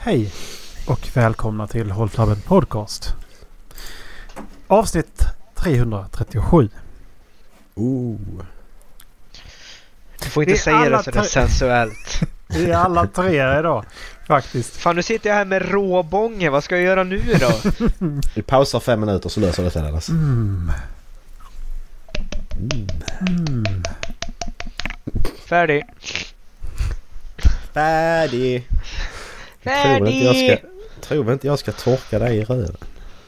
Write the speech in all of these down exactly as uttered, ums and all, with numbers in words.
Hej och välkomna till Håll Flabben Podcast. Avsnitt trehundratrettiosju. Ooh. Du får inte säga det så det är sensuellt. Vi är alla tre idag, faktiskt. Fan, nu sitter jag här med råbånge. Vad ska jag göra nu då? Vi pausar fem minuter så löser det sen alltså. Mm. Mm. Mm. Färdig. Färdig. Jag tror inte jag ska, tror inte jag ska torka dig i röven.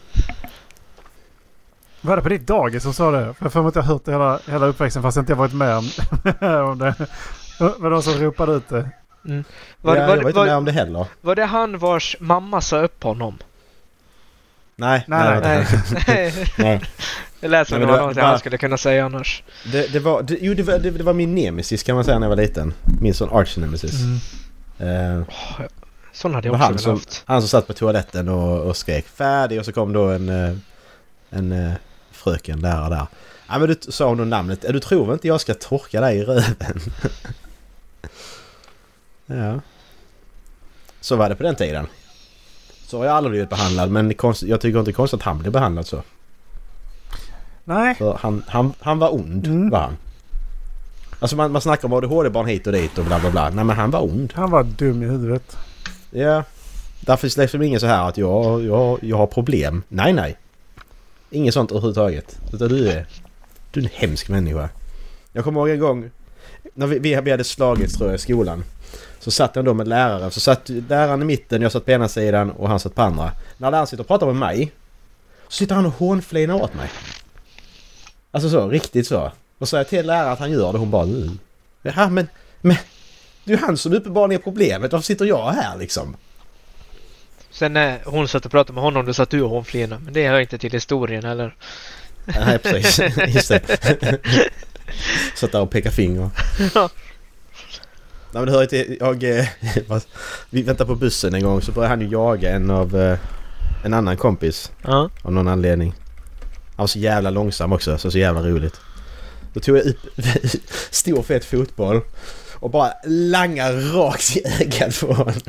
Var det på ditt dagis som sa det? För jag får mig att jag har hört det hela, hela uppväxten fast jag inte varit med om, om det. Var de som ropade ut det? Mm. Var, ja, var, jag var inte var, med om det heller. Var det han vars mamma sa upp honom? Nej, nej, nej. Nej. nej. Det lät som Nej, det var det var- något det han var- skulle kunna säga annars. Det, det, var, det, jo, det, var, det, det var min nemesis kan man säga när jag var liten. Min sån arch nemesis. Mm. Eh, Oh, sån hade det jag var också han velat som, haft. han som satt på toaletten och, och skrek färdig och så kom då en, eh, en eh, fröken där och där. Ja, men du sa hon namnet. Du tror inte jag ska torka dig i röven? Ja. Så var det på den tiden. Så har jag aldrig blivit behandlad, men konst, jag tycker inte det är konstigt att han blev behandlad så. Nej. För han, han, han var ond, Mm. var han. Alltså man, man snackar om A D H D-barn hit och dit och bla bla bla. Nej, men han var ond. Han var dum i huvudet. Ja. Därför släpps det ingen så här att jag, jag, jag har problem. Nej, nej. Inget sånt överhuvudtaget. Utan du är, du är en hemsk människa. Jag kommer ihåg en gång när vi, vi hade slagits tror jag i skolan. Så satt jag då med läraren. Så satt läraren i mitten, jag satt på ena sidan och han satt på andra. När läraren sitter och pratar med mig så sitter han och hånflinar åt mig. Alltså så, riktigt så. Och så säger jag till läraren att han gör det. Hon bara, mm. Ja, men, men det är ju han som uppenbarligen är problemet. Varför sitter jag här liksom? Sen när hon satt och pratade med honom, då satt du och hon flina. Men det hör inte till historien, eller? Nej, precis. Just det. Satt där och pekade finger. Ja. Nej, men det hör ju till, jag, eh, vi väntar på bussen en gång så började han ju jaga en av eh, en annan kompis Ja. av någon anledning. Han var så jävla långsam också, så så jävla roligt. Då tog jag upp stor fet fotboll och bara langade rakt i ögat på honom.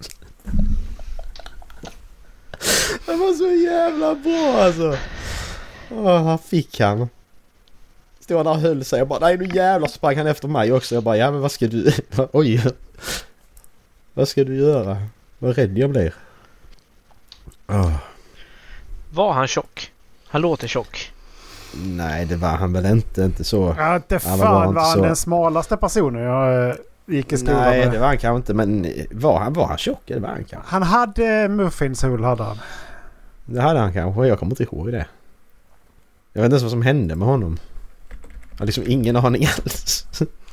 Det var så jävla bra alltså. Åh, han fick han. Stod han där och höll sig. Jag bara, nej nu jävlar sprang han efter mig också. Jag bara, ja men vad ska du... Oj. Vad ska du göra? Vad rädd jag blir. Oh. Var han tjock? Han låter tjock. Nej, det var han väl inte. Inte så. Ja, det Han fan var var, inte han så. den smalaste personen jag äh, gick i skolan Nej, med. det var han kanske inte. Men var han, var han tjock? Det var han kanske. Han hade muffinshål hade han. Det hade han kanske. Jag kommer inte ihåg det. Jag vet inte ens vad som hände med honom. Jag har liksom ingen aning alls.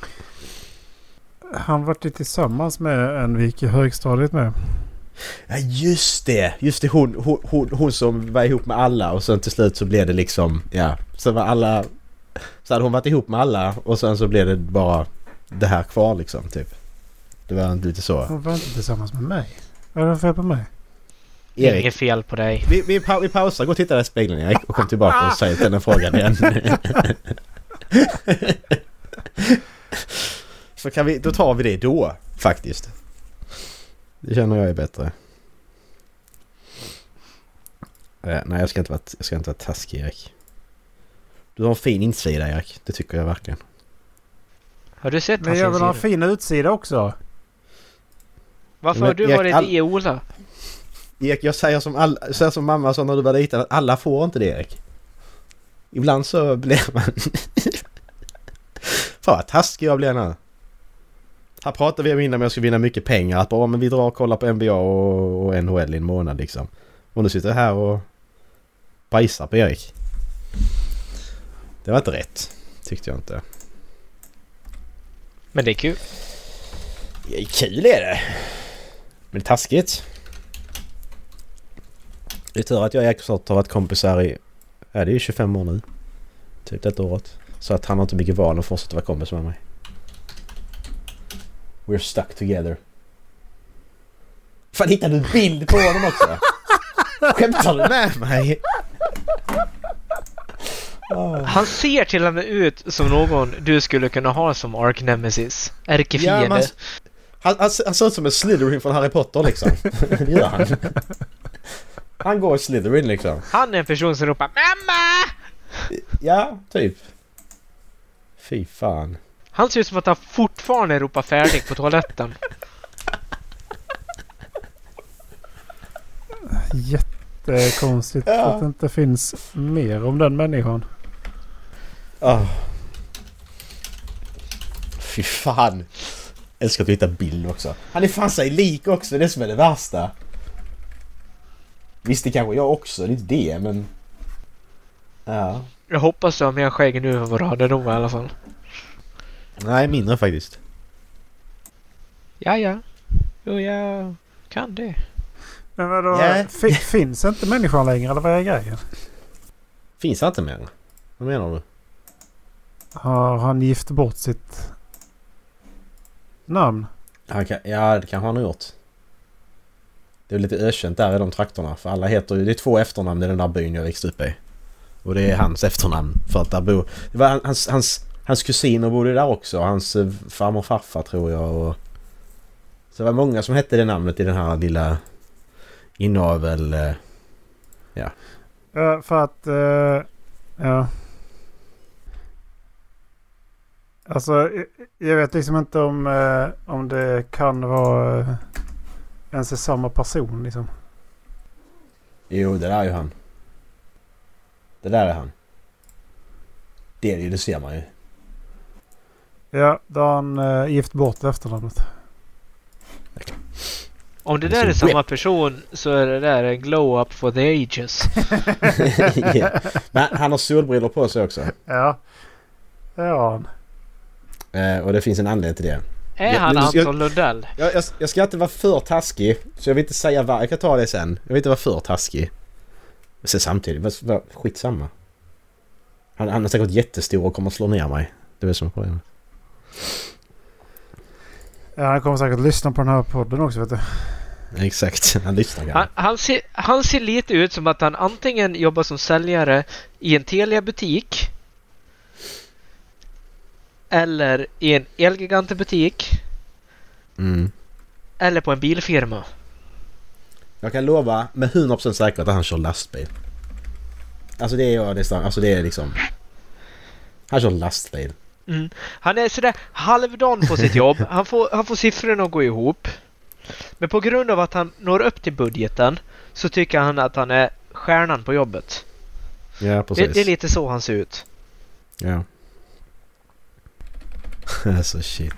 Han var tillsammans med en vi gick i högstadiet med. Ja just det, just det hon, hon, hon, hon som var ihop med alla och sen till slut så blev det liksom, ja, så var alla, så hade hon varit ihop med alla och sen så blev det bara det här kvar liksom typ. Det var lite så. Hon var inte tillsammans med mig. Vad är det fel på mig? Erik, Inget fel på dig. vi, vi, pa- vi pausar, gå och titta i spegeln Erik och kom tillbaka och säg den här frågan igen. Så kan vi, då tar vi det då faktiskt. Det känner jag är bättre. Eh, nej, jag ska inte vara, jag ska inte vara taskig, Erik. Du har en fin insida, Erik. Det tycker jag verkligen. Har du sett Men hans jag vill ha en insida? fin utsida också. Varför Men har du Erik, varit all- i Ola? Erik, jag säger som, all, säger som mamma sa när du var liten att alla får inte det, Erik. Ibland så blir man... Fan vad taskig jag blir nu. Här pratar vi om innan jag ska vinna mycket pengar. Att bara, men vi drar och kollar på N B A och, och N H L i en månad liksom. Och nu sitter jag här och bajsar på Erik. Det var inte rätt. Tyckte jag inte. Men det är kul. Ja, kul är det. Men det är taskigt. Det är tur att jag och Erik har varit kompisar i... Ja, det är ju tjugofem år nu. Typ detta året. Så att han har inte mycket val att fortsätta vara kompis med mig. We're stuck together. Fan, hittade du en bild på honom också? Skämtar du med mig? Oh. Han ser till och med ut som någon du skulle kunna ha som Ark Nemesis. Ärkefiende. Ja, man, Han, han, han ser ut som en Slytherin från Harry Potter liksom. Det gör han. Han går i Slytherin liksom. Han är en person som ropar mamma! Ja, typ. Fy fan. Han ser ut som att han fortfarande ropar färdig på toaletten. Jättekonstigt Ja. att det inte finns mer om den människan. Oh. Fy fan. Jag älskar att hitta bild också. Han är fan sig lik också, det är det som är det värsta. Visst, det kanske jag också, det är inte det, men... Ja. Jag hoppas du har mer skägg nu än vad du hade då i alla fall. Nej, mindre faktiskt. Ja, ja. Jo, jag kan det. Men vadå, Ja. fi- finns inte människan längre eller vad är grejen? Finns det inte mer? Vad menar du? Har han gift bort sitt namn? Han kan, ja, det kan han ha gjort. Det är lite ökänt där i de trakterna. För alla heter ju... Det är två efternamn i den där byn jag växte upp i. Och det är hans efternamn. För att där bor... Det var hans, hans, hans kusiner bodde där också. Hans eh, farmor och farfar tror jag. Och, så det var många som hette det namnet i den här lilla inavel... Eh, ja. Ja, för att... eh, ja. Alltså, jag- jag vet liksom inte om, eh, om det kan vara eh, ens är samma person liksom. Jo, det där är ju han. Det där är han. Det är det ju, det ser man ju. Ja, då har han eh, gift bort efternamnet. Om det Det är där är så samma person så är det där en glow-up for the ages. Ja. Men han har solbrillor på sig också. Ja, det har han. Eh, och det finns en anledning till det. Är Jag- han jag- Anton Lundell? Jag, jag, jag ska inte vara för taskig, så jag vill inte säga vad. Jag kan ta det sen. Jag vill inte vara för taskig. Men sen samtidigt, vad, vad, skitsamma. Han, han är säkert jättestor och kommer att slå ner mig. Det är det som är problemet. Ja, han kommer säkert lyssna på den här podden också, vet du. Exakt, han lyssnar Han, kanske. han, ser, han ser lite ut som att han antingen jobbar som säljare i en Telia-butik eller i en Elgiganten-butik Mm. eller på en bilfirma. Jag kan lova med hundra procent säkert att han kör lastbil. Alltså det är jag nästan, alltså det är liksom... Han kör lastbil. Mm. Han är sådär halvdan på sitt jobb. Han får, han får siffrorna att gå ihop. Men på grund av att han når upp till budgeten så tycker han att han är stjärnan på jobbet. Ja, Det, precis. det är lite så han ser ut. Ja. Alltså shit.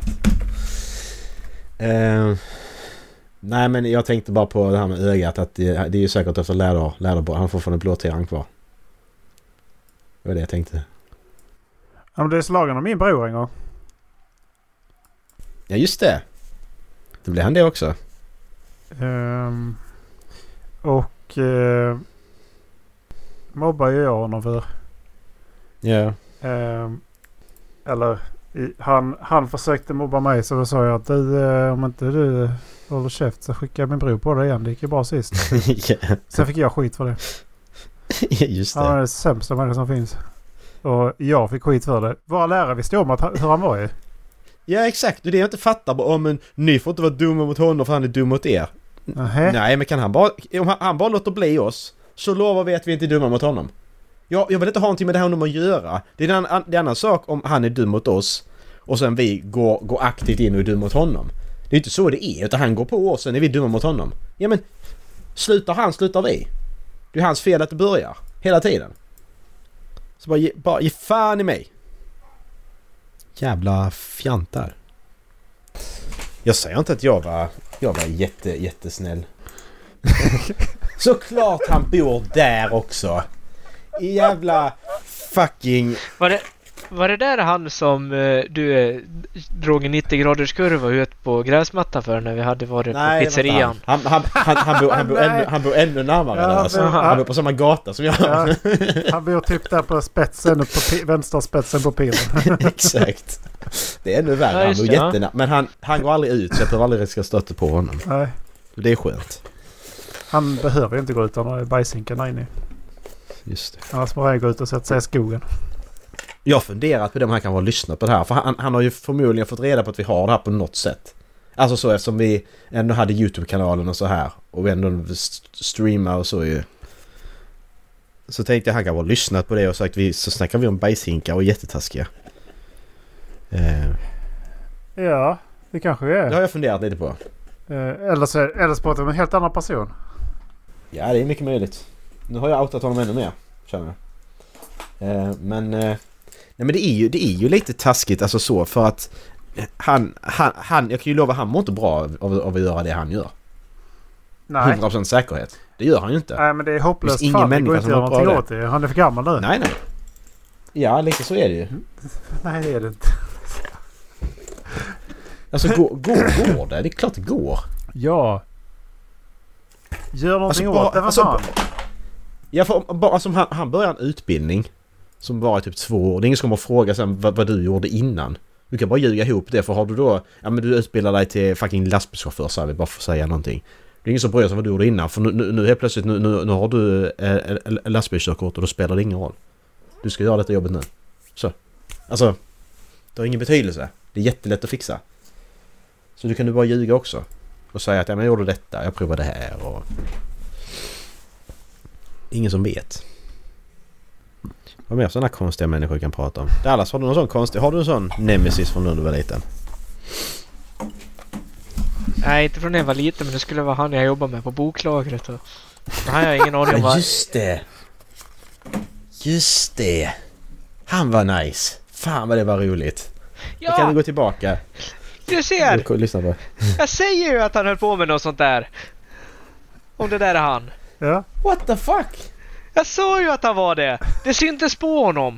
Eh, nej men jag tänkte bara på det här med ögat. Att det, det är ju säkert efter läder, läderboll. Han får från en blå tiran kvar. Det var det jag tänkte. Ja, men det är slagen av min bror en gång. Ja just det. Då blir han det också. Ehm, och uh, mobbar ju jag honom för. Ja. Ehm, eller i, han, han försökte mobba mig, så då sa jag att du, eh, om inte du håller käft så skickar jag min bror på dig igen. Det gick ju bra sist. Ja. Sen fick jag skit för det. Just Han är det. den sämsta människan som finns. Och jag fick skit för det. Våra lärare visste om att, hur han var ju. Ja exakt. Det är det jag inte fattar. Bara, om en, ni får inte vara dumma mot honom för han är dum mot er. Nähä. Nej men kan han bara... Om han, han bara låter bli oss så lovar vi att vi inte är dumma mot honom. Jag, jag vill inte ha någonting med det här honom att göra. Det är en, an, det är en annan sak om han är dum mot oss och sen vi går, går aktivt in och är dum mot honom. Det är inte så det är, utan han går på oss och sen är vi dumma mot honom. Ja men, slutar han, slutar vi. Det är hans fel att det börjar. Hela tiden. Så bara ge, bara ge fan i mig. Jävla fjantar. Jag säger inte att jag var, jag var jätte, jättesnäll. Såklart han bor där också. I jävla fucking... Var det, var det där han som eh, du eh, drog en nittio graders kurva ut på gräsmattan för när vi hade varit Nej, på pizzerian? Han, han, han, han, bor, han, bor Nej. ännu, han bor ännu närmare Ja, där. han Alltså. bor- Han bor på samma gata som jag. Ja, han bor typ där på spetsen, på pi- vänstra spetsen på pilen. Exakt. Det är ännu värre. Ja, Han just bor det, ja. jättenära. Men han, han går aldrig ut så jag behöver aldrig riska stöta på honom. Nej, Det är skönt. han behöver ju inte gå ut utan har bajsinken där inne. Just det. Annars bara gå ut och sätta sig i skogen. Jag har funderat på det om han kan vara lyssnat på det här. För han, han har ju förmodligen fått reda på att vi har det här på något sätt. Alltså så eftersom vi ändå hade YouTube-kanalen och så här. Och vi ändå streamar och så ju. Så tänkte jag han kan vara lyssnat på det och sagt vi så snackar vi om bajshinkar och jättetaskiga. Eh. Ja, det kanske är. Det har jag funderat lite på. Eh, eller så eller så pratar vi om en helt annan person. Ja, det är mycket möjligt. Nu har jag outat honom ännu mer, känner jag. Eh, men, eh, nej, men det är ju det är ju lite taskigt alltså så för att han, han, han jag kan ju lova han mår inte bra av, av att göra det han gör. Nej. hundra procent säkerhet. Det gör han ju inte. Nej, men det är hopplöst. Det finns ingen Fan, det går inte att göra människa som någonting har åt det. Han är för gammal nu. Nej, nej. Ja, lite så är det ju. Nej, det är det inte. Alltså, går, går, går det? Det är klart det går. Ja. Gör någonting Alltså, bara- åt det, vad alltså, fan. Ja, för, bara, alltså, han, han börjar en utbildning som bara är typ två år. Det är ingen som kommer att fråga sen vad, vad du gjorde innan. Du kan bara ljuga ihop det, för har du då... Ja, men du utbildar dig till fucking lastbilschaufför, så här, vi bara får säga någonting. Det är ingen som bryr sig vad du gjorde innan, för nu, nu, nu helt plötsligt nu, nu, nu har du eh, lastbilskörkort och då spelar det ingen roll. Du ska göra detta jobbet nu. Så. Alltså, det har ingen betydelse. Det är jättelätt att fixa. Så du kan du bara ljuga också. Och säga att ja, men jag gjorde detta, jag provade det här och... Ingen som vet. Vad mer sådana konstiga människor kan prata om? Dallas, har du någon sån konstig... Har du en sån nemesis från när du var liten? Nej, inte från när jag var liten, men det skulle vara han jag jobbar med på boklagret. Och... Han har ingen aning om Ja, vad... just det! Just det! Han var nice! Fan vad det var roligt! Ja! Kan du gå tillbaka? Du ser! Du, lyssna på. Jag säger ju att han höll på med något sånt där. Om det där är han. Ja. What the fuck? Jag sa ju att han var det. Det syntes på honom.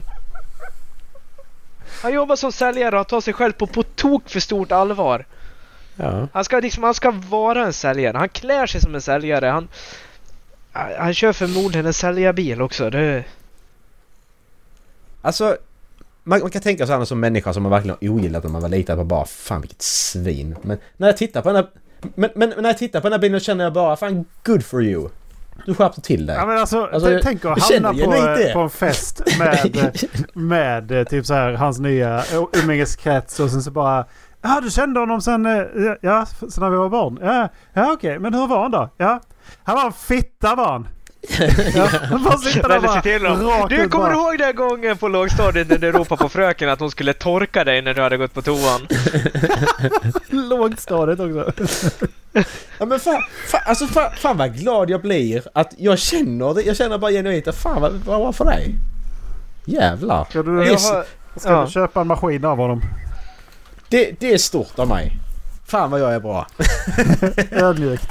Han jobbar som säljare och tar sig själv på på tok för stort allvar. Ja. Han ska liksom, han ska vara en säljare. Han klär sig som en säljare. Han, han kör förmodligen en säljarbil också. Det... Alltså, man, man kan tänka sig som människa som man verkligen ogillat när man var liten på bara, fan vilket svin. Men när jag tittar på den här, men, men, men när jag tittar på den här bilden känner jag bara, fan good for you. Du skärpte till dig. Ja, men alltså, Alltså, t- tänk att jag hamna känner på, på en fest med, med typ så här hans nya umgängeskrets och sen så bara, ja du kände honom sen, ja, ja sen när vi var barn. Ja, ja okej, men hur var han då? Ja, han var en fitta var han. Ja, han bara sitter där bara, till rakt du ut kommer bara. ihåg den gången på lågstadiet när du ropade på fröken att hon skulle torka dig när du hade gått på toan? Lågstadiet också. Ja men fan, fan, alltså fan, fan vad glad jag blir att jag känner det. Jag känner bara genuint att fan vad, vad var för dig? Jävlar. Ska du, Jag har, ska ja. du köpa en maskin av honom? Det, det är stort av mig. Fan vad jag är bra. Ödmjukt.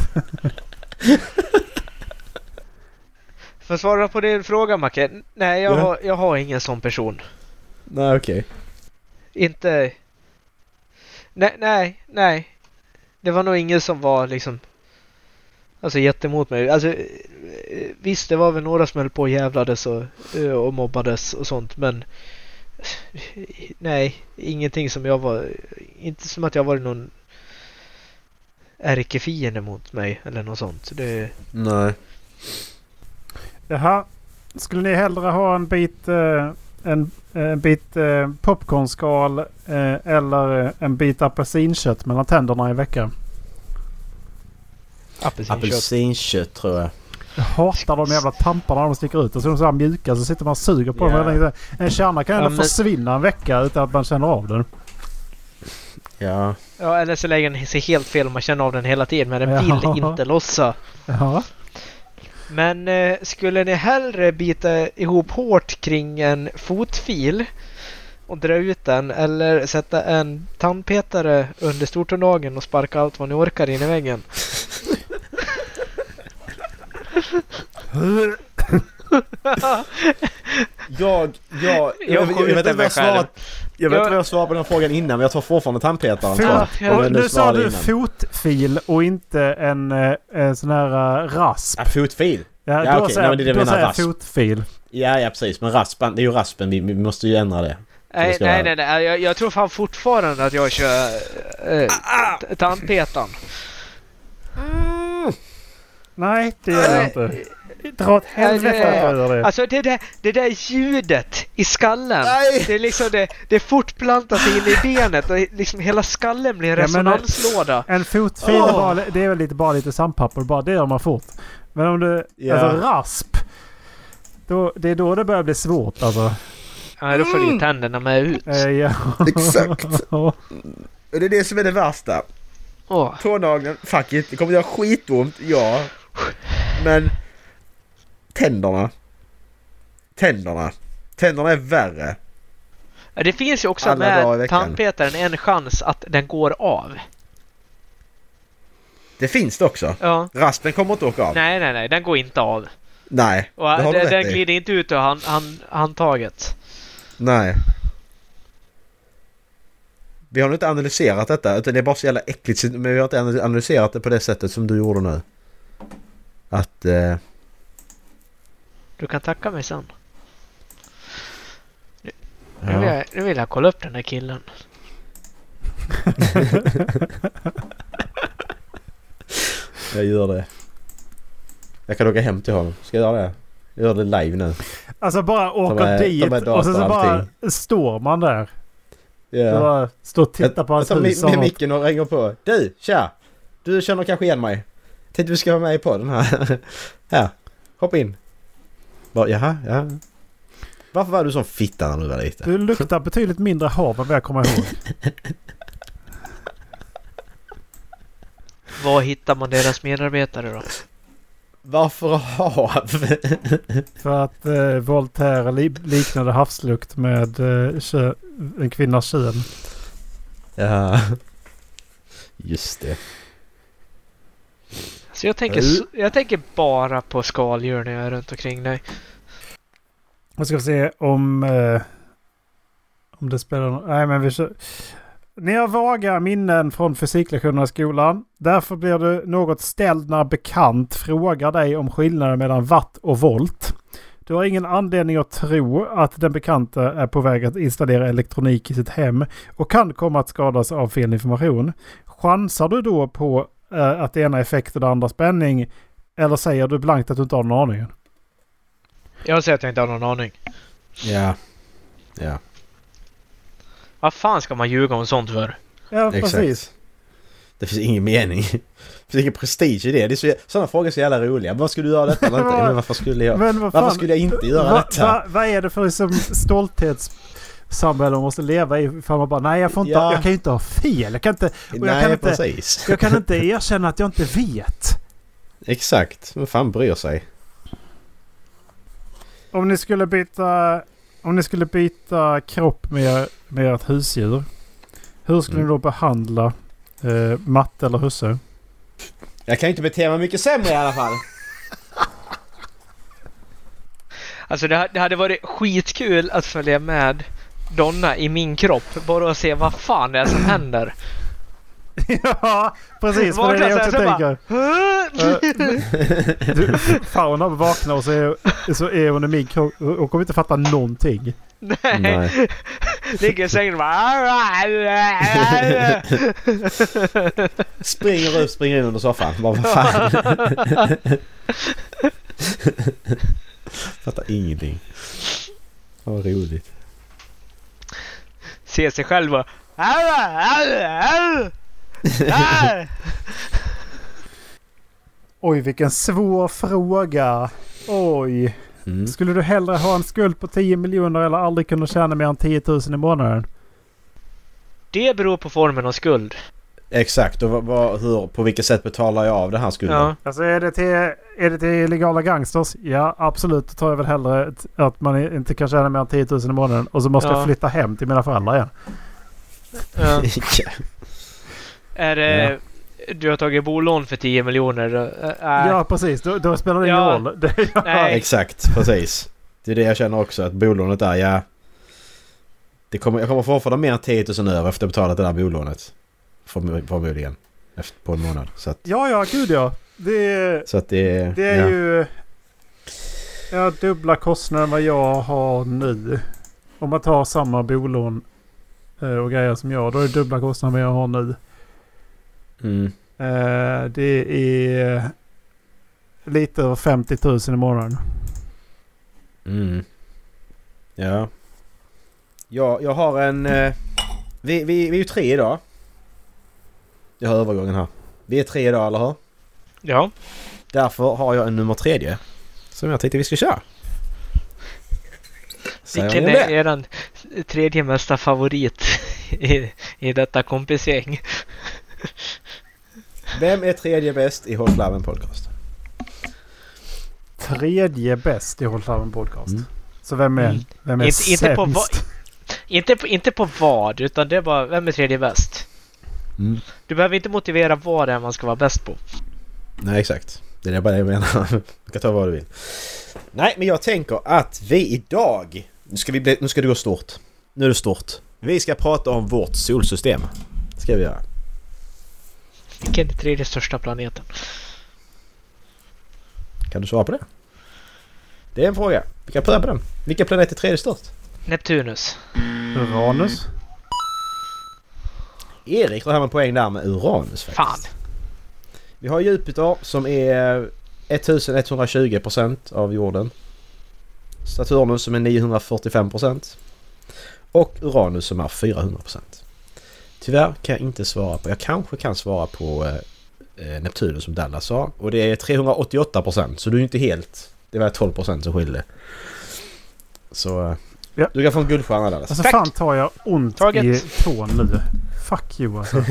För att svara på din fråga, Macke. Nej, jag, Ja. har, jag har ingen sån person. Nej okej. Okay. Inte... Nej, nej, nej. Det var nog ingen som var liksom... Alltså jättemot mig. Alltså, eh, visst, det var väl några som höll på och jävlades och, eh, och mobbades och sånt, men... Nej, ingenting som jag var... Inte som att jag var någon ärkefiende mot mig eller något sånt. Det... Nej. Jaha. Skulle ni hellre ha en bit, eh, en, en bit eh, popcornskal eh, eller en bit apelsinkött mellan tänderna i veckan? Apelsinkött. Apelsinkött tror jag. Jag hatar de jävla tamparna när de sticker ut och så är de så här mjuka så sitter man och suger på Yeah. dem. En kärna kan ändå Ja, men- försvinna en vecka utan att man känner av den. Ja. Ja, eller så lägger den sig helt fel om man känner av den hela tiden, men den vill Ja. inte lossa. Ja. Men eh, skulle ni hellre bita ihop hårt kring en fotfil och dra ut den, eller sätta en tandpetare under stortånageln och sparka allt vad ni orkar in i väggen? Jag, jag, jag, jag, jag vet inte vad jag svarat. Jag vet inte vad jag svarade på den frågan innan, men jag tar fortfarande tandpetaren. Fot, Ja, så. ja. Om jag nu sa svarade du innan. fotfil och inte en, eh, en sån här uh, rasp. Ja, fotfil. Ja, Ja, då okej. säger, Nej, men det är det då jag menar, säger jag rasp. fotfil. Ja, ja precis. Men raspen, det är ju raspen. Vi, vi måste ju ändra det. Nej, ska nej, vara- nej, nej. Jag, jag tror fan fortfarande att jag kör äh, tandpetan. Mm. Nej, det gör jag inte. Dra åt helvete att jag gör det. Alltså det där, det där ljudet i skallen. Nej. Det är liksom det, det fortplantar sig in i benet och liksom hela skallen blir en Ja, men, resonanslåda. En fotfil Åh. är bara, det är väl lite, bara lite sandpapper. Bara det gör man fort. Men om du... Ja. Alltså rasp. Då, det är då det börjar bli svårt alltså. Ja, då följer tänderna med ut. Eh, ja. Exakt. Och det är det som är det värsta. Åh. Tånageln, fuck it, det kommer göra skitont, ja. Men tänderna. Tänderna. Tänderna är värre. Ja, det finns ju också Alla dagar i med veckan. tandpetaren en chans att den går av. Det finns det också. Ja. Raspen kommer inte åka av. Nej, nej, nej. Den går inte av. Nej, Och det har du den, rätt den i. glider inte ut ur hand, hand, handtaget. Nej. Vi har nog inte analyserat detta, utan det är bara så jävla äckligt. Men vi har inte analyserat det på det sättet som du gjorde nu. Att... Eh... Du kan tacka mig sen. Nu, Ja. nu, vill jag, nu vill jag kolla upp den här killen. Jag gör det. Jag kan åka hem till honom. Ska jag göra det? Jag gör det live nu. Alltså bara åka med- ta dit med och sen så dator och bara allting. står man där. Ja. Så bara står och tittar på Jag hans tar hus. mi- med och- micken och ringer på. Du, tja! Du känner kanske igen mig. Tänkte vi ska vara med i podden här. Här, hoppa in. Bara, jaha, ja. Varför var du som fitta när du var lite? Du luktar betydligt mindre hav än vad jag kommer ihåg. Var hittar man deras medarbetare då? Varför hav? För att eh, Voltaire li- liknade havslukt med eh, kö- en kvinnas kön. Ja. Just det. Så jag tänker, s- jag tänker bara på skaldjur när jag är runt omkring dig. Jag ska se om eh, om det spelar någon... Nej, men vi kör... Ni har vaga minnen från fysiklektionerna i skolan. Därför blir du något ställd när bekant frågar dig om skillnaden mellan watt och volt. Du har ingen anledning att tro att den bekanta är på väg att installera elektronik i sitt hem och kan komma att skadas av fel information. Chansar du då på eh, att det ena är effekt och det andra spänning, eller säger du blankt att du inte har någon aning? Jag säger att jag inte har någon aning. Ja. Ja. Vad fan ska man ljuga om sånt för? Ja, Exakt. precis. Det finns ingen mening. Det finns ingen prestige i det. det är så, sådana frågor är så jävla roliga. Vad skulle du göra detta eller inte? Men varför skulle jag, Men vad varför fan, skulle jag inte göra va, detta? va, vad är det för liksom, stolthetssamhälle man måste leva i? Ifall man bara, nej jag, får inte, Ja. jag kan ju inte ha fel. Jag kan inte, och jag Nej, kan inte, precis. jag kan inte erkänna att jag inte vet. Exakt. Vad fan bryr sig? Om ni skulle byta, om ni skulle byta kropp med, med ett husdjur. Hur skulle Mm. ni då behandla eh, Matte eller husse? Jag kan inte bete mig mycket sämre i alla fall. Alltså det, ha- det hade varit skitkul att följa med Donna i min kropp. Bara att se vad fan det är som händer. Ja, precis. För det är det jag också tänker. Du, fan, hon har vaknat och så är, så är hon i min kropp och kommer inte fatta någonting. Nej. Nej. Ligger i sängen och bara... Springer ut, springer in under soffan. Bara, vad fan? Fattar ingenting. Vad roligt. Ser sig själv och... Oj, vilken svår fråga. Oj. Mm. Skulle du hellre ha en skuld på tio miljoner eller aldrig kunna tjäna mer än tio tusen i månaden? Det beror på formen av skuld. Exakt. Och vad, vad, hur, på vilket sätt betalar jag av det här skulden? Ja. Alltså är det till, är det till illegala gangsters? Ja, absolut. Då tar jag väl hellre ett- att man inte kan tjäna mer än tio tusen i månaden och så måste Ja. jag flytta hem till mina föräldrar igen. Ja. Ja. Är det... Du har tagit bolån för tio miljoner. Äh, Ja, precis. Då, då spelar det ingen Ja. roll. Det, ja. Nej. Exakt, precis. Det är det jag känner också. Att bolånet där, ja... Det kommer, jag kommer fortfarande mer än tio tusen över efter att ha betalat det där bolånet. Förm- Förmodligen. Efter, på en månad. Så att, ja, ja, gud ja. Det, så att det, det är ja. ju... Jag har dubbla kostnader än vad jag har nu. Om man tar samma bolån eh, och grejer som jag, då är det dubbla kostnader än vad jag har nu. Mm. Eh, det är... lite över femtio tusen i månaden. Mm. Ja. Ja, jag har en... Eh, vi, vi, vi är ju tre idag. Jag har övergången här. Vi är tre idag, eller hur? Ja. Därför har jag en nummer tredje som jag tänkte vi ska köra. Vilken är er tredje mesta favorit i, i detta kompisgäng? Vem är tredje bäst i Håll Flabben podcast? Tredje bäst i Håll Flabben podcast. Mm. Så vem är, Mm. vem är Inte, sämst? inte, på va, inte, på, inte på vad, utan det är bara vem är tredje bäst. Mm. Du behöver inte motivera vad det är man ska vara bäst på. Nej, exakt. Det är bara det jag menar. Du kan ta vad du vill. Nej, men jag tänker att vi idag... Nu ska, vi bli, nu ska det gå stort. Nu är det stort. Vi ska prata om vårt solsystem. Ska vi göra. Vilken är tredje största planeten? Kan du svara på det? Det är en fråga. Vi kan pröva på den. Vilken planet är tredje störst? Neptunus. Uranus. Erik har här med poäng där med Uranus faktiskt. Fan. Vi har Jupiter som är elva tjugo procent av jorden. Saturnus som är niohundrafyrtiofem procent. Och Uranus som är fyrahundra procent. Tyvärr kan jag inte svara på. Jag kanske kan svara på eh, Neptunus som Dallas sa. Och det är trehundraåttioåtta procent. Så du är inte helt... Det var tolv procent som skiljer. Så ja. Du kan få en guldstjärna Dallas. Alltså fan tar jag ont Taget. i tån nu. Fuck you alltså.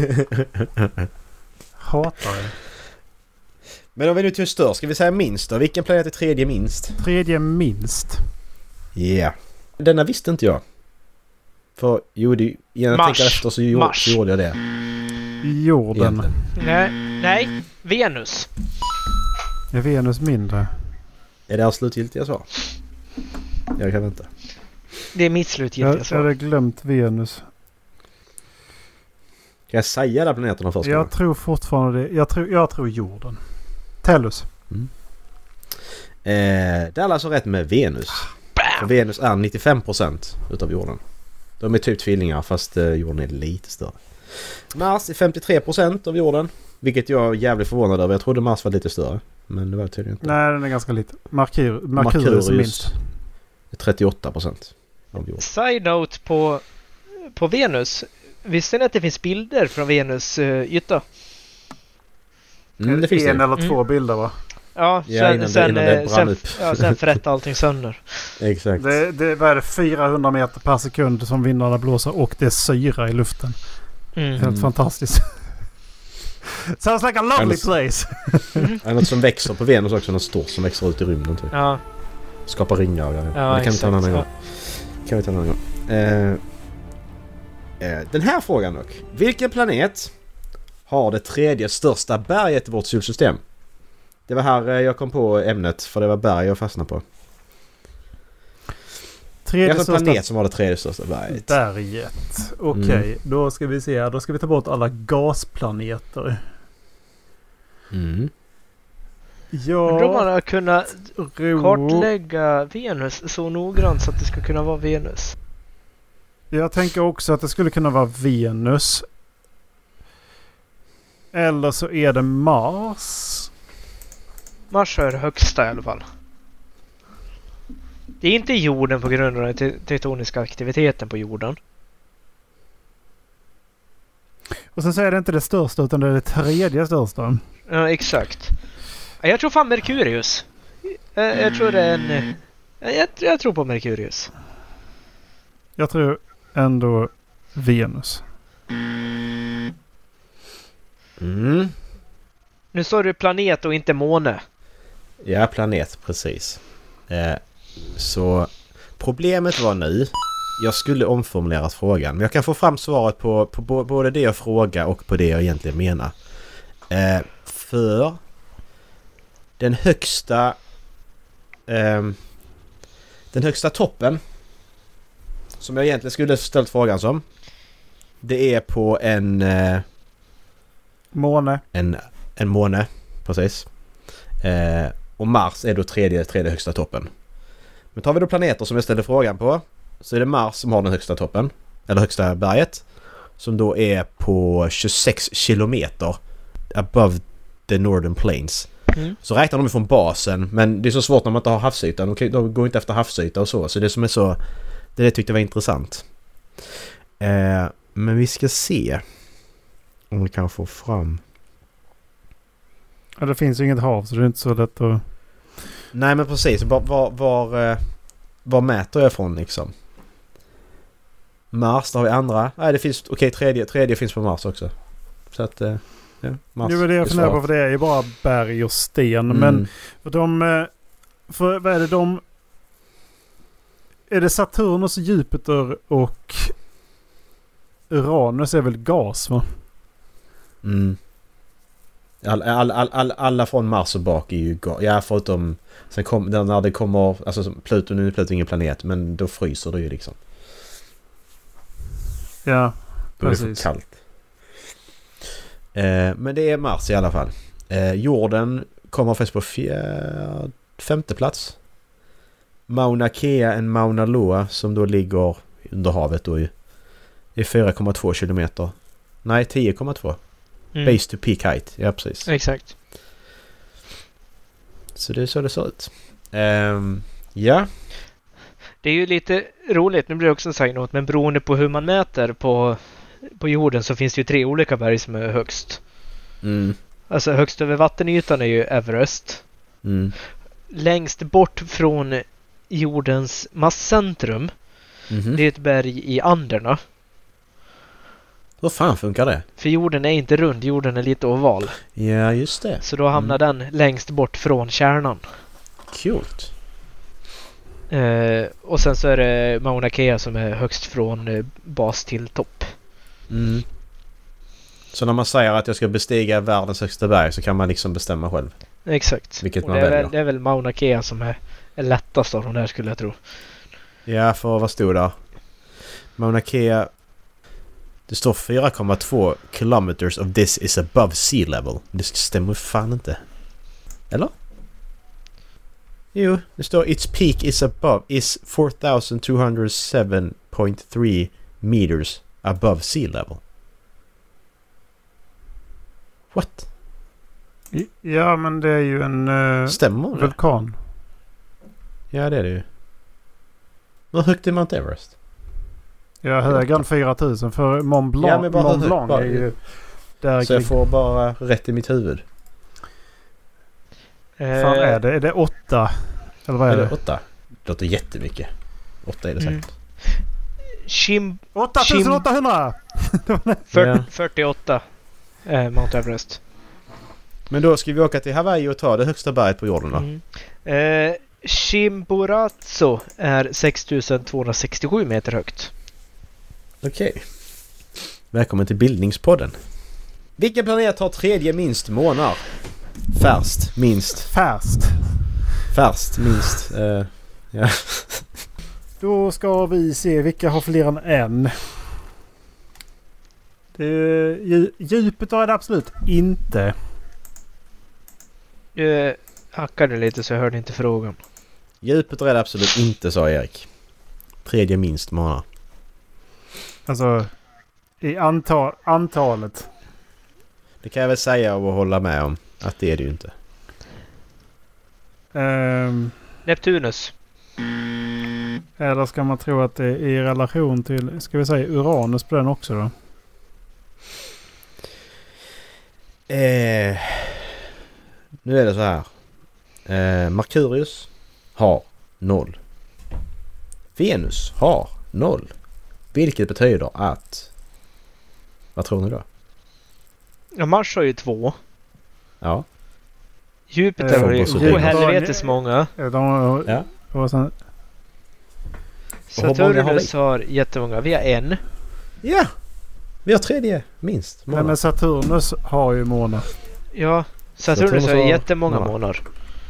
Hatar det. Men om vi nu till störst, ska vi säga minst då? Vilken planet är tredje minst? Tredje minst. Ja. Yeah. Denna visste inte jag. För jo, det, jag tänker efter så, gjorde, så gjorde jag det. Jorden. Nej, nej, Venus. Är Venus mindre? Är det här slutgiltiga svar? Jag kan vänta. Det är mitt slutgiltiga Jag svar. hade glömt Venus. Kan jag säga alla planeterna först? Jag tror fortfarande det. Jag tror, jag tror jorden. Tellus. Mm. Eh, det är alltså rätt med Venus. För Venus är nittiofem procent utav jorden. De är typ tvillingar fast eh, jorden är lite större. Mars är femtiotre procent av jorden. Vilket jag är jävligt förvånad över. Jag trodde Mars var lite större. Men det var tydligen inte. Nej, den är ganska lite. Merkur, Merkurius är minst. Är trettioåtta procent av jorden. Side note på, på Venus. Visste ni att det finns bilder från Venus uh, yta? Mm, det finns en det. eller två mm. bilder va? Ja, ja sen, innan sen, det, innan det sen, upp. ja, sen frätt allting sönder. Exakt. Det, det, vad är det? fyrahundra meter per sekund som vindarna blåser och det är syra i luften. Mm. Helt Mm. fantastiskt. Sounds like a lovely Annars, place. Mm. är något som växer på Venus också. Något stort som växer ut i rymden typ. Ja. Skapar ringar och grejer. Ja, Men det kan vi ta en annan ja. gång. Kan vi ta en annan gång. Eh, eh, den här frågan dock. Vilken planet har det tredje största berget i vårt solsystem? Det var här eh, jag kom på ämnet för det var berg jag fastnade på. Tredje det är en största planet som har det tredje största berget. berget. Okej, okay. mm. Då ska vi se här. Då ska vi ta bort alla gasplaneter. Mm. Ja. Undrar om man har kunnat ro... kartlägga Venus så noggrant så att det ska kunna vara Venus. Jag tänker också att det skulle kunna vara Venus. Eller så är det Mars. Mars är högsta i alla fall. Det är inte jorden på grund av den tektoniska aktiviteten på jorden. Och sen så är det inte det största utan det är det tredje största. Ja, exakt. Jag tror fan Merkurius. Jag, jag tror det är en... Jag, jag tror på Merkurius. Jag tror ändå Venus. Mm. Nu står det planet och inte måne. Ja, planet, precis. Eh, så problemet var nu... Jag skulle omformulera frågan. Men jag kan få fram svaret på, på både det jag frågar och på det jag egentligen menar. Eh, för den högsta eh, den högsta toppen som jag egentligen skulle ställt frågan som, det är på en eh, måne. En, en måne, precis. Eh, och Mars är då tredje, tredje högsta toppen. Men tar vi då planeter som jag ställde frågan på, så är det Mars som har den högsta toppen. Eller högsta berget. Som då är på tjugosex kilometer above the Northern Plains. Mm. Så räknar de från basen, men det är så svårt när man inte har havsyta. De, de går inte efter havsyta och så. Så det som är så... Det, det tyckte jag var intressant. Eh, men vi ska se om vi kan få fram... Ja, det finns ju inget hav så det är inte så lätt att... Nej, men precis. Var, var, var, var mäter jag från liksom? Mars, där har vi andra. Nej, det finns... Okej, okay, tredje, tredje finns på Mars också. Så att... Ja, Mars. Nu är det jag funderar på, för det är ju bara berg och sten. Mm. Men för de... För vad är det de... Är det Saturnus, Jupiter och Uranus är väl gas, va? Mm. All, all, all, all, alla från Mars och bak är ju gas. Ja, förutom... Sen kom, när det kommer... Alltså Pluto, nu är Pluto ingen planet, men då fryser det ju liksom. Ja, då precis. Är det för kallt. Eh, men det är Mars i alla fall. Eh, jorden kommer faktiskt på fjär, femte plats. Mauna Kea och Mauna Loa, som då ligger under havet då, är fyra komma två kilometer. Nej, tio komma två. Mm. Base to peak height. Ja, precis. Exakt. Så det är så det ser ut. Um, ja. Det är ju lite roligt, nu blir det också sagt något, men beroende på hur man mäter på, på jorden så finns det ju tre olika berg som är högst. Mm. Alltså högst över vattenytan är ju Everest. Mm. Längst bort från jordens masscentrum, mm-hmm. det är ett berg i Anderna. Hur fan funkar det? För jorden är inte rund, jorden är lite oval. Ja, just det. Så då hamnar mm. den längst bort från kärnan. Coolt. Eh, och sen så är det Mauna Kea som är högst från eh, bas till topp. Mm. Så när man säger att jag ska bestiga världens högsta berg så kan man liksom bestämma själv? Exakt. Vilket och man det, är väljer. väl, det är väl Mauna Kea som är, är lättast av de där, skulle jag tro. Ja, för vad stod där? Mauna Kea... Det står fyra komma två kilometers of this is above sea level. Det stämmer fan inte. Eller? Jo, det står its peak is above is four thousand two hundred seven point three meters above sea level. What? Ja, men det är ju en uh, stämmer det? vulkan. Ja, det är det ju. Hur högt är Mount Everest? Ja, högre än fyra tusen, för Mont Blanc, ja, men bara Mont Blanc bara, är ju där. Så jag får bara rätt i mitt huvud. Eh, fan är det? Är det åtta? Eller vad är, är det? det? Åtta? Det låter jättemycket. Åtta är det säkert. Mm. Chim... åtta tusen åttahundra! Fyr- fyrtioåtta eh, Mount Everest. Men då ska vi åka till Hawaii och ta det högsta berget på jorden då? Mm. Eh, Chimborazo är sex tusen tvåhundrasextiosju meter högt. Okej. Okay. Välkommen till Bildningspodden. Vilken planet har tredje minst månar? Färst, minst. Färst. Färst, minst. Uh, ja. Då ska vi se vilka har fler än en. Det är, Jupiter är det absolut inte. Jag hackade lite så jag hörde inte frågan. Jupiter är det absolut inte, sa Erik. Tredje minst månar. Alltså i antal, antalet. Det kan jag väl säga och hålla med om. Att det är det ju inte. Um, Neptunus. Eller ska man tro att det är i relation till, ska vi säga Uranus på den också då? Eh, nu är det så här. Eh, Merkurius har noll. Venus har noll. Vilket betyder att... Vad tror ni då? Ja, Mars har ju två. Ja. Jupiter har ju ohelvetes många. De, ja. Och sen, Saturnus har, har jättemånga. Vi har en. Ja. Vi har tredje minst. Nej, men Saturnus har ju månar. Ja, Saturnus, Saturnus har, har jättemånga månar. månar.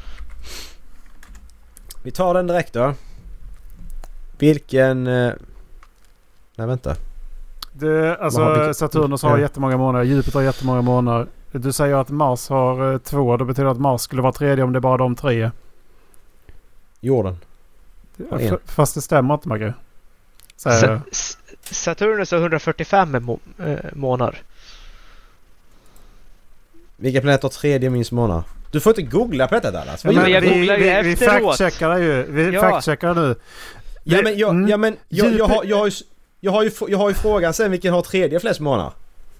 Vi tar den direkt då. Vilken... Eh... Nej, vänta. Det, alltså har Saturnus har ja. jättemånga månader. Jupiter har jättemånga månader. Du säger att Mars har eh, två. Det betyder att Mars skulle vara tredje om det är bara de tre. Jorden. F- fast det stämmer inte, Magge. Sa- Saturnus har hundrafyrtiofem må- äh, månader. Vilka planeter har tredje minst månader? Du får inte googla på detta Dallas. Ja, men jag vi, googlar ju vi, vi efteråt. fact-checkar ju. Vi Ja. fact-checkar nu. Ja men, jag, Mm. ja, men jag, jag, har, jag, har ju, jag, har ju, jag har ju frågan sen vilken har tredje flest månader.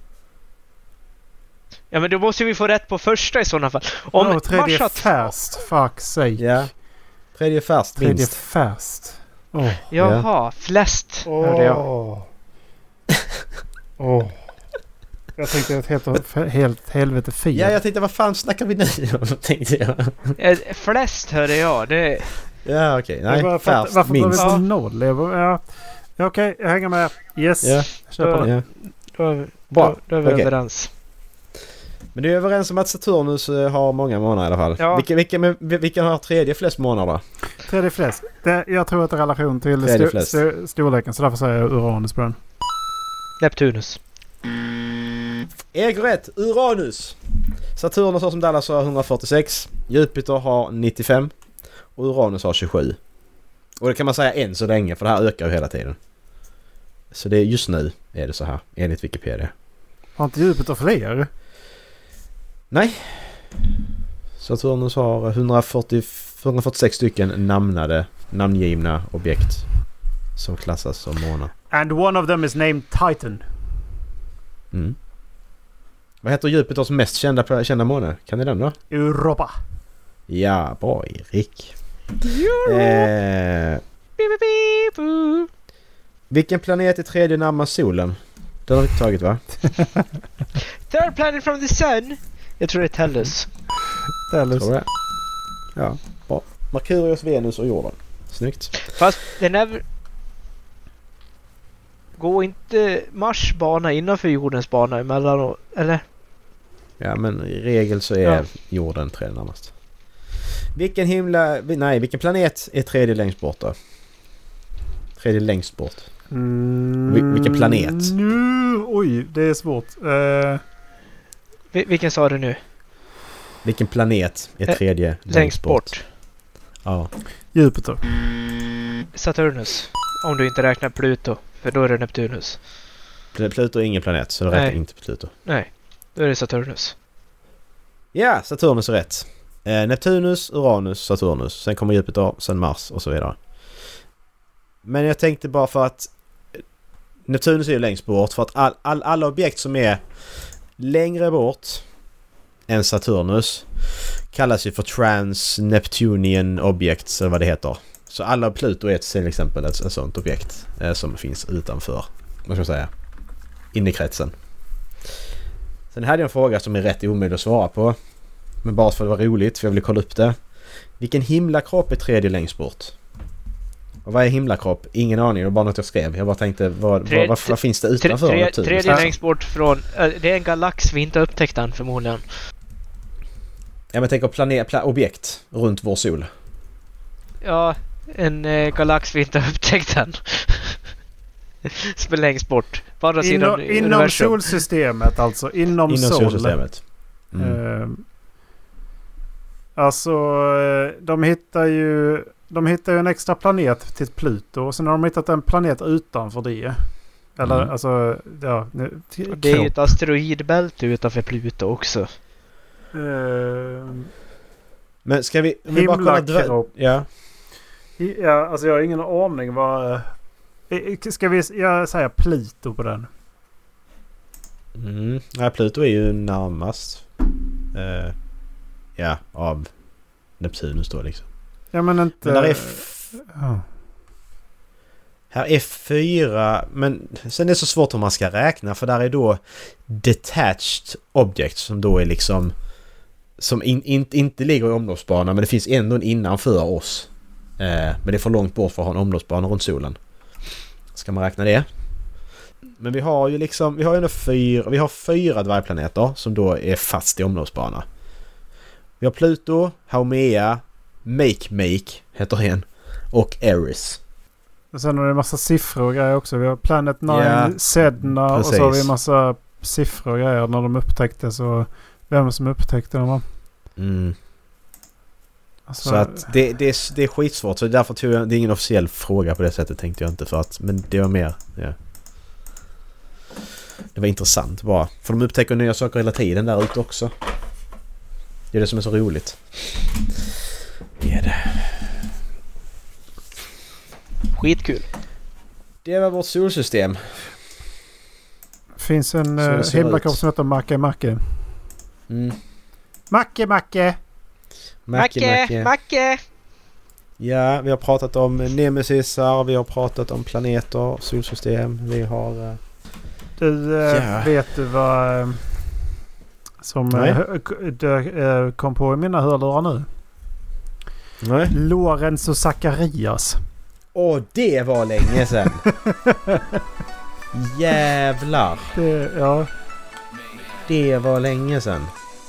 Ja, men då måste vi få rätt på första i sådana fall. Om Om tredje Mars har fast. Fuck sake. Ja. Tredje fast Tredje minst. fast. Åh. Jaha, flest hörde jag. Åh. Åh. Jag tänkte ett helt, helt helvete fel. Ja, jag tänkte vad fan snackar vi nu om? Tänkte jag. Eh, Flest hörde jag. Det... Ja okej, Jag nej. bara fattar- Fast varför var vi minst. på Ja. noll? Jag bara, ja. Ja, okej, jag hänger med. Yes. Ja. Kör på det. Ja. Då är vi, Bra. då, då är vi Okej. överens. Men du är överens om att Saturnus eh, har många månader i alla fall. Ja. Vilken, vilken, men vilken har tredje flest månader då? Tredje flest. Det, jag tror att det är relation till Tredje sto, flest. sto, storleken, så därför säger jag Uranus på den. Neptunus. Äger rätt, Uranus. Saturnus har som Dallas har hundrafyrtiosex. Jupiter har nittiofem. Och Uranus har tjugosju. Och det kan man säga än så länge, för det här ökar ju hela tiden. Så det är just nu är det så här, enligt Wikipedia. Har inte Jupiter fler? Nej. Saturnus har hundrafyrtio, hundrafyrtiosex stycken namnade, namngivna objekt som klassas som månar. And one of them is named Titan. Mm. Vad heter Jupiters mest kända, kända måne? Kan ni den då? Europa. Ja, bra Erik. Eh, vilken planet är tredje närmast solen? Den har vi inte tagit va? Third planet from the sun. Jag tror det är Tellus. Tellus. Tror jag. Ja, bra. Merkurius, Venus och jorden. Snyggt. Fast den är... Går inte Mars bana innanför jordens bana emellanåt? Eller? Ja, men i regel så är Ja. jorden tredje närmast. Vilken himla... Nej, vilken planet är tredje längst bort då? Tredje längst bort. Mm, Vil- vilken planet? Nu, oj, det är svårt. Uh, Vil- vilken sa du nu? Vilken planet är Eh, tredje längst, Längst bort? bort. Ja. Jupiter. Saturnus. Om du inte räknar Pluto. För då är det Neptunus. Pl- Pluto är ingen planet, så det Nej. räknar inte på Pluto. Nej, då är det Saturnus. Ja, Saturnus är rätt. Eh, Neptunus, Uranus, Saturnus. Sen kommer Jupiter, sen Mars och så vidare. Men jag tänkte bara för att Neptunus är ju längst bort. För att all, all, alla objekt som är längre bort än Saturnus kallas ju för Trans-Neptunian Objects, eller vad det heter. Så alla Pluto är till exempel ett, ett sånt objekt eh, som finns utanför, vad ska jag säga, in i kretsen. Sen hade jag en fråga som är rätt omöjlig att svara på. Men bara för att det var roligt, för jag ville kolla upp det. Vilken himlakropp är tredje längst bort? Och vad är himlakropp? Ingen aning, det var bara något jag skrev. Jag bara tänkte, vad, Tre- vad, vad, vad finns det utanför Tre, Neptunus? tredje Alltså, längst bort från... äh, det är en galax vi inte har upptäckt än förmodligen. Ja, men tänk på planet, pla, objekt runt vår sol. Ja, en eh, galax vi inte har upptäckt än. Som är längst bort. På andra sidan Inom, inom universum. solsystemet alltså. Inom, Inom sol. solsystemet. Mm. Eh, alltså, eh, de hittar ju... De hittar ju en extra planet till Pluto. Och sen har de hittat en planet utanför det. Eller Mm. alltså... Ja, nu, Och det är ju ett asteroidbälte utanför Pluto också. Eh, Men ska vi... Om vi bara kollar dvär- Himlakropp. Ja. Ja, alltså jag har ingen aning vad... eh, Ska vi... Jag säger Pluto på den. Mm. Ja, Pluto är ju närmast. Eh, ja, av Neptunus då liksom. Ja, men inte... Men där är... F- Ja. här är fyra... Men sen är det så svårt om man ska räkna. För där är då detached objects som då är liksom... Som in, in, inte ligger i omloppsbana, men det finns ändå en innanför oss. Eh, men det är för långt bort för att ha en omloppsbana runt solen. Ska man räkna det? Men vi har ju liksom... Vi har ju ändå fyra... Vi har fyra dvärgplaneter som då är fast i omloppsbana. Vi har Pluto, Haumea, Make-Make heter en, och Eris. Och sen har det en massa siffror och grejer också. Vi har Planet Nine, Ja, Sedna och precis. så har vi en massa siffror och grejer när de upptäcktes och vem som upptäckte dem. va? Mm. Alltså, Så att det, det, är, det är skitsvårt. Så därför tog jag... Det är ingen officiell fråga på det sättet, tänkte jag inte. För att, men det var mer... Ja. Det var intressant bara. För de upptäcker nya saker hela tiden där ute också. Det är det som är så roligt. Det är det. Skitkul. Det var vårt solsystem. Finns en Så det uh, ser himlakropp ut. som heter Macke Macke. Mm. Macke Macke! Macke! Macke! Ja, vi har pratat om nemesisar, vi har pratat om planeter, solsystem, vi har... Uh... Du, uh, Ja. vet du vad uh, som Nej. uh, d- uh, kom på i mina hörlurar nu? Nej. Lorenzo Zacharias. Åh, det var länge sedan. Jävlar. Det, ja, Det var länge sedan.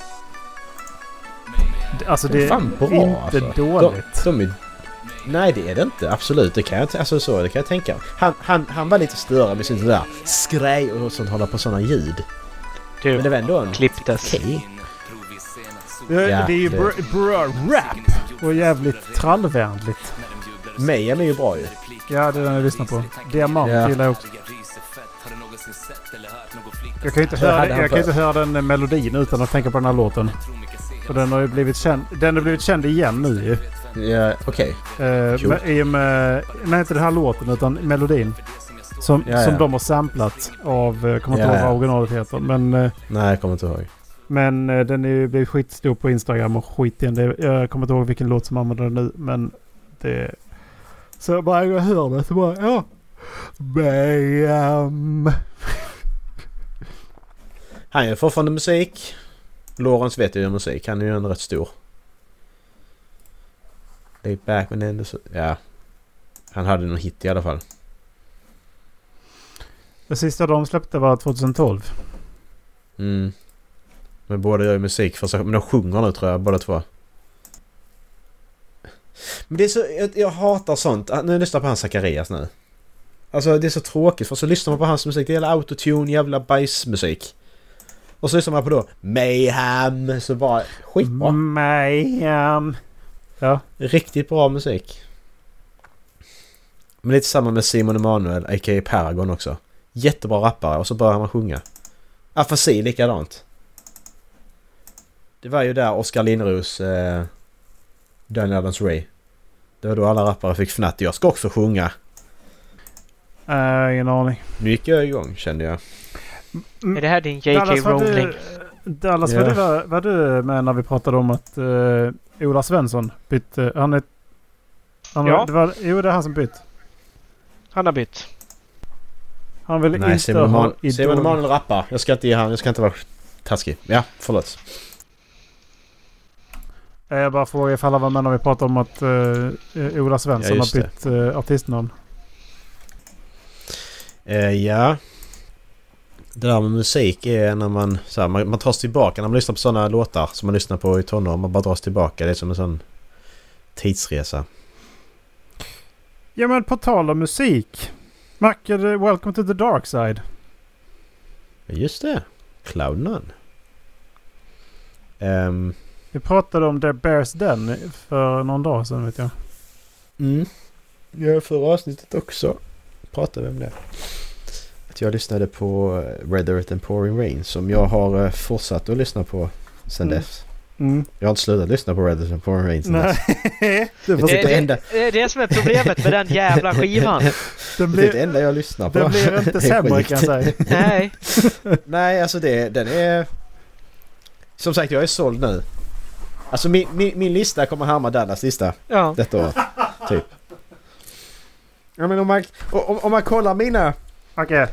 det, alltså Det är det fan bra, är inte alltså. dåligt. De, de är... Nej, det är det inte. Absolut, det kan jag, alltså, så, det kan jag tänka. Han, han, han var lite större med sin där skrej och sånt, hålla på sådana ljud. Du, Men det var ändå en... klipptes. Okej. Det, Ja, det är ju det- bra, bra rap och jävligt trallvänligt. Mayhem är ju bra ju. Ja, det är den jag lyssnar på. Diamant Ja. gillar jag också. Jag kan ju inte Så hade höra, han jag kan för- inte höra den eh, melodin utan att tänka på den här låten. För den har ju blivit känd, den har blivit känd igen nu ju. Ja, okej. Eh, Cool. med, i och med, nej, inte den här låten utan melodin. Som, Ja, som ja. de har samplat av, eh, kommer inte Ja, ihåg ja. vad originalet heter. Men, eh, Nej, jag kommer inte ihåg. men eh, den är ju blivit skitstor på Instagram och skit igen. Det, jag kommer inte ihåg vilken låt som använder den nu. Men det... Så bara jag hör det så bara, ja. Bam. Han gör fortfarande musik. Lawrence vet ju om musik. Han är ju en rätt stor. Lay back men ändå så... Ja. Han hade någon hit i alla fall. Det sista de släppte var tjugohundratolv. Mm. Men båda gör ju musik för sig. Men de sjunger nu tror jag, båda två. Men det är så... Jag, jag hatar sånt. Ah, Nu lyssnar jag på hans Zacharias nu. Alltså det är så tråkigt. För så lyssnar man på hans musik. Det gäller autotune, jävla bajsmusik. Och så lyssnar man på då Mayhem. Så bara skitbra. Mayhem. Ja. Riktigt bra musik. Men lite samma med Simon Emanuel, a k a. Paragon också. Jättebra rappare och så börjar man sjunga. Afasi likadant. Det var ju där Oskar Lindros eh, Daniel Adams-Ray. Det var då alla rappare fick fnatt. Jag ska också sjunga. Uh, ingen aning. Nu gick jag igång kände jag. Är det här din J K Dallas, var Rowling? du, Dallas, Ja. var, du, var, var du med när vi pratade om att uh, Ola Svensson bytte... Han är... Han, Ja. det var, jo, det är han som bytt. Han har bytt. Han vill Nej, inte Simon, ha Eman- Simon Idol. Emanuel rappar. Jag ska inte ge han, jag ska inte vara taskig. Ja, förlåt. Eh, Jag bara frågar ifall han var med när vi pratade om att uh, Ola Svensson Ja, har just det. bytt uh, artistnamn. Eh, ja. Det där med musik är när man, så här, man, man tar sig tillbaka när man lyssnar på sådana låtar som man lyssnar på i tonår. Man bara dras tillbaka. Det är som en sån tidsresa. Ja, men på tal om musik. Macke, welcome to the dark side. Just det. Cloud None. Um, Vi pratade om The Bears Den för någon dag sedan, vet jag. mm. Ja, förra avsnittet också pratade vi om det. Att jag lyssnade på Red Earth and Pouring Rain som jag har uh, fortsatt att lyssna på sen Mm. dess. Mm. Jag har inte slutat lyssna på Red Earth and Pouring Rain sen dess. Nej, det, var, Det är Det, det enda- det, det är det som är problemet med den jävla skivan. det, Det är det blir, enda jag lyssnar på. det blir inte Det är sämre skit. kan jag säga. Nej. Nej, alltså det, den är... Som sagt, jag är såld nu. Alltså min, min, min lista kommer härma Dallas lista Ja. detta år. Typ. Ja, men om man, om, om man kollar mina... Okej.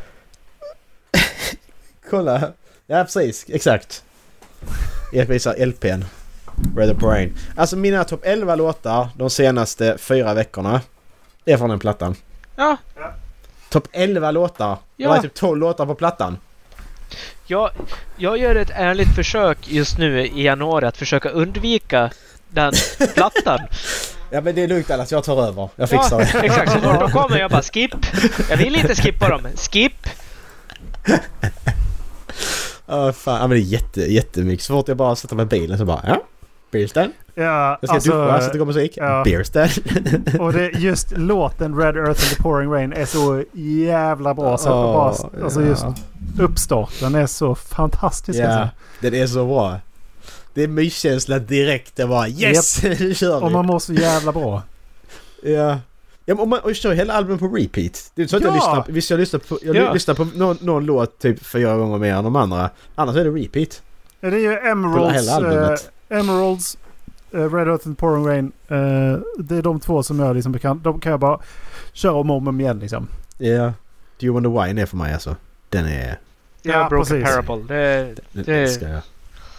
Kolla. Ja, precis. Exakt. Jag visar L P:n. Red Up Rain. Alltså mina topp elva låtar de senaste fyra veckorna. Det är från den plattan. Ja. Topp elva låtar. Det Ja. var typ tolv låtar på plattan. Jag, jag gör ett ärligt försök just nu i januari att försöka undvika den plattan. Ja, men det är lugnt Dallas. Jag tar över. Jag fixar Ja, det. exakt. Så då, då kommer jag bara skip. Jag vill inte skippa dem. Skip. Ja, fan. Ja, men det är jätte, jättemycket. Så fort jag bara sätter mig i bilen så bara... Ja, Beerstand. Ja, Jag ska alltså, duscha, sätta igång musik. ja. Beerstand. och det, just låten Red Earth and the Pouring Rain är så jävla bra. Så Åh, bara, alltså ja. just uppstarten är så fantastisk. Ja, Alltså. den är så bra. Det Det är myskänsla direkt. Det var yes! Nu kör vi. Och man mår så jävla bra. Ja. Ja, men om man och kör hela albumet på repeat. Det är så att Ja. jag lyssnar på, visst jag lyssnar på, jag Ja. lyssnar på någon, någon låt typ fyra gånger mer än de andra. Annars är det repeat. Ja, det är ju På Emeralds, hela albumet. eh, Emeralds eh, Red Hot and Pouring Rain. Eh, det är de två som jag liksom bekant. De kan jag bara köra om och om igen liksom. Ja. Do you want the wine är för mig alltså. Den är... Ja, Ja, Broken precis. Parable. Det, Den det, älskar jag.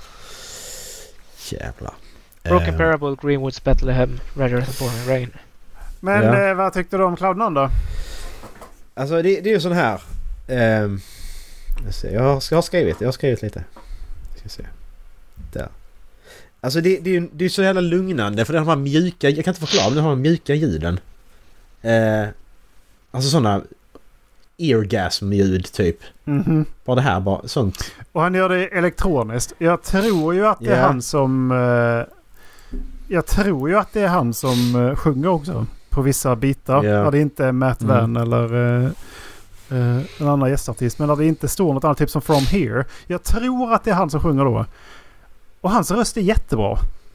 Jävlar. Broken Eh, Parable, Greenwoods, Bethlehem, Red Earth and Pouring Rain. Men Ja. eh, vad tyckte du om Cloud Nine då? Alltså det, det är ju sån här... ehm, jag, ser, jag, har, jag har skrivit, jag har skrivit lite. Ska se. Där. Alltså det, det är ju det är så jävla lugnande för den har mjuka... Jag kan inte förklara men den har mjuka ljuden. Eh, alltså såna eargasm-ljud typ. Mhm. Bara det här, bara sånt. Och han gör det elektroniskt. Jag tror ju att det är Ja. han som... Eh, jag tror ju att det är han som eh, sjunger också. På vissa bitar. Ja. När det inte är Matt Mm. Van eller eh, eh, en annan gästartist. Men när det inte står något annat typ som From Here. Jag tror att det är han som sjunger då. Och hans röst är jättebra.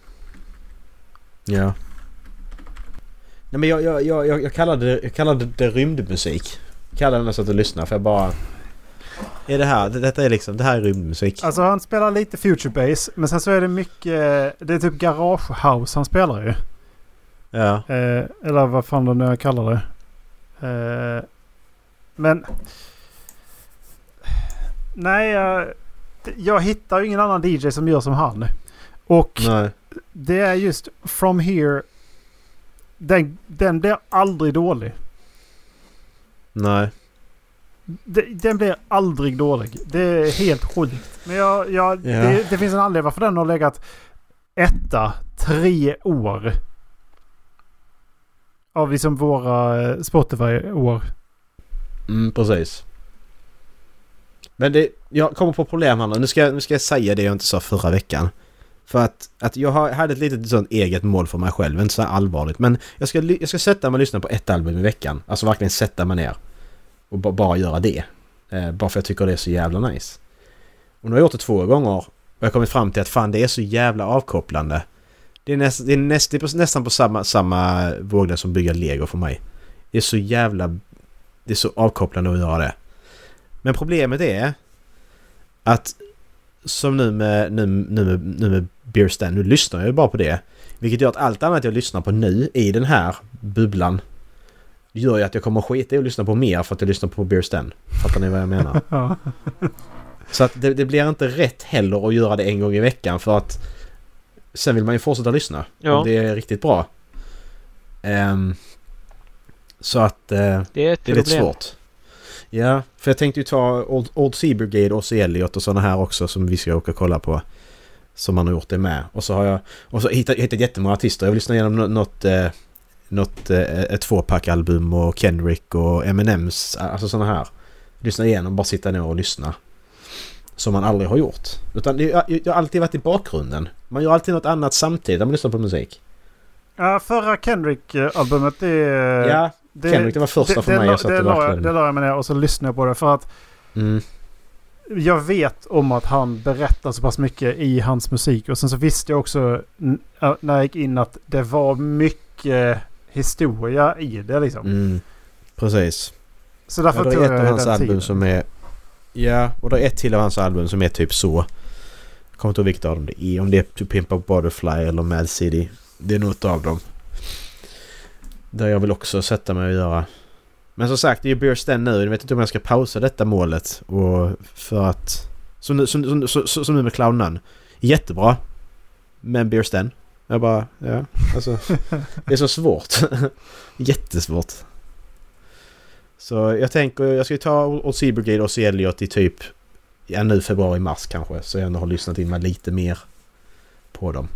Ja. Nej men jag, jag, jag, jag, jag kallade det, jag kallade det rymdmusik. Jag kallade den så att du lyssnar för jag bara... Är det här? Det, detta är liksom... Det här är rymdmusik. Alltså han spelar lite future bass. Men sen så är det mycket... Det är typ garage house han spelar ju. Ja. Eh, eller vad fan det nu jag kallar det. Eh, men... Nej, jag, jag hittar ju ingen annan D J som gör som han. Och Nej. det är just From Here. Den, den blir aldrig dålig. Nej. De- Den blir aldrig dålig. Det är helt sjukt. Men jag, jag, Ja. det, det finns en anledning varför den har legat etta tre år. Av liksom våra eh, Spotify-år. Mm, precis. Men det, jag kommer på problem här nu. Nu ska, jag- nu ska jag säga det jag inte sa förra veckan. För att, att jag har, hade ett litet sånt eget mål för mig själv. Inte så här allvarligt. Men jag ska, ly- jag ska sätta mig och lyssna på ett album i veckan. Alltså verkligen sätta mig ner. Och ba, bara göra det. Eh, bara för jag tycker det är så jävla nice. Och nu har jag gjort det två gånger. Och jag har kommit fram till att fan det är så jävla avkopplande. Det är, näst, det är näst, det är på, nästan på samma, samma våglängd som bygga Lego för mig. Det är så jävla... Det är så avkopplande att göra det. Men problemet är att som nu med, nu, nu med, nu med Beer Stand, nu lyssnar jag ju bara på det. Vilket gör att allt annat jag lyssnar på nu i den här bubblan gör ju att jag kommer att skita i att lyssna på mer för att jag lyssnar på Beer Stand. Fattar ni vad jag menar? Ja. Så att det, det blir inte rätt heller att göra det en gång i veckan för att sen vill man ju fortsätta lyssna. Ja. Om det är riktigt bra. Ehm, så att uh, Det är ett det är problem. lite svårt. Ja, för jag tänkte ju ta Old, Old Sea Brigade och C. Elliot och sådana här också som vi ska åka och kolla på. Som man har gjort det med. Och så har jag och så hittat, hittat jättemånga artister. Jag vill lyssna igenom något, något, eh, något eh, ett tvåpackalbum och Kendrick och Eminems, alltså sådana här. Lyssna igenom, bara sitta ner och lyssna. Som man aldrig har gjort. Utan det, det har alltid varit i bakgrunden. Man gör alltid något annat samtidigt när man lyssnar på musik. Ja, förra Kendrick-albumet det, Ja, det, Kendrick det var första för det, mig. Det, Jag satt det, och la jag, verkligen... det la jag mig ner och så lyssnade jag på det för att Mm. jag vet om att han berättar så pass mycket i hans musik. Och sen så visste jag också n- äh, när jag gick in att det var mycket historia i det liksom. Mm. Precis. Så därför Ja, det tog är ett av jag hans den album tiden. som är... Ja, och det är ett till av hans album som är typ så. Jag kommer inte ihåg vilket av dem det är. Om det är To Pimp a Butterfly eller Mad City. Det är något av dem. Där jag vill också sätta mig och göra. Men som sagt, det är ju Beer Stand nu. Jag vet inte om jag ska pausa detta målet. Och för att... Som nu, som, som, som, som, som nu med Cloud Nine. Jättebra. Men Beer Stand. Jag bara... Ja, alltså... det är så svårt. Jättesvårt. Så jag tänker, jag ska ju ta Old Sea Brigade och C. Elliot i typ ja, nu februari, mars kanske. Så jag ändå har lyssnat in mig lite mer på dem.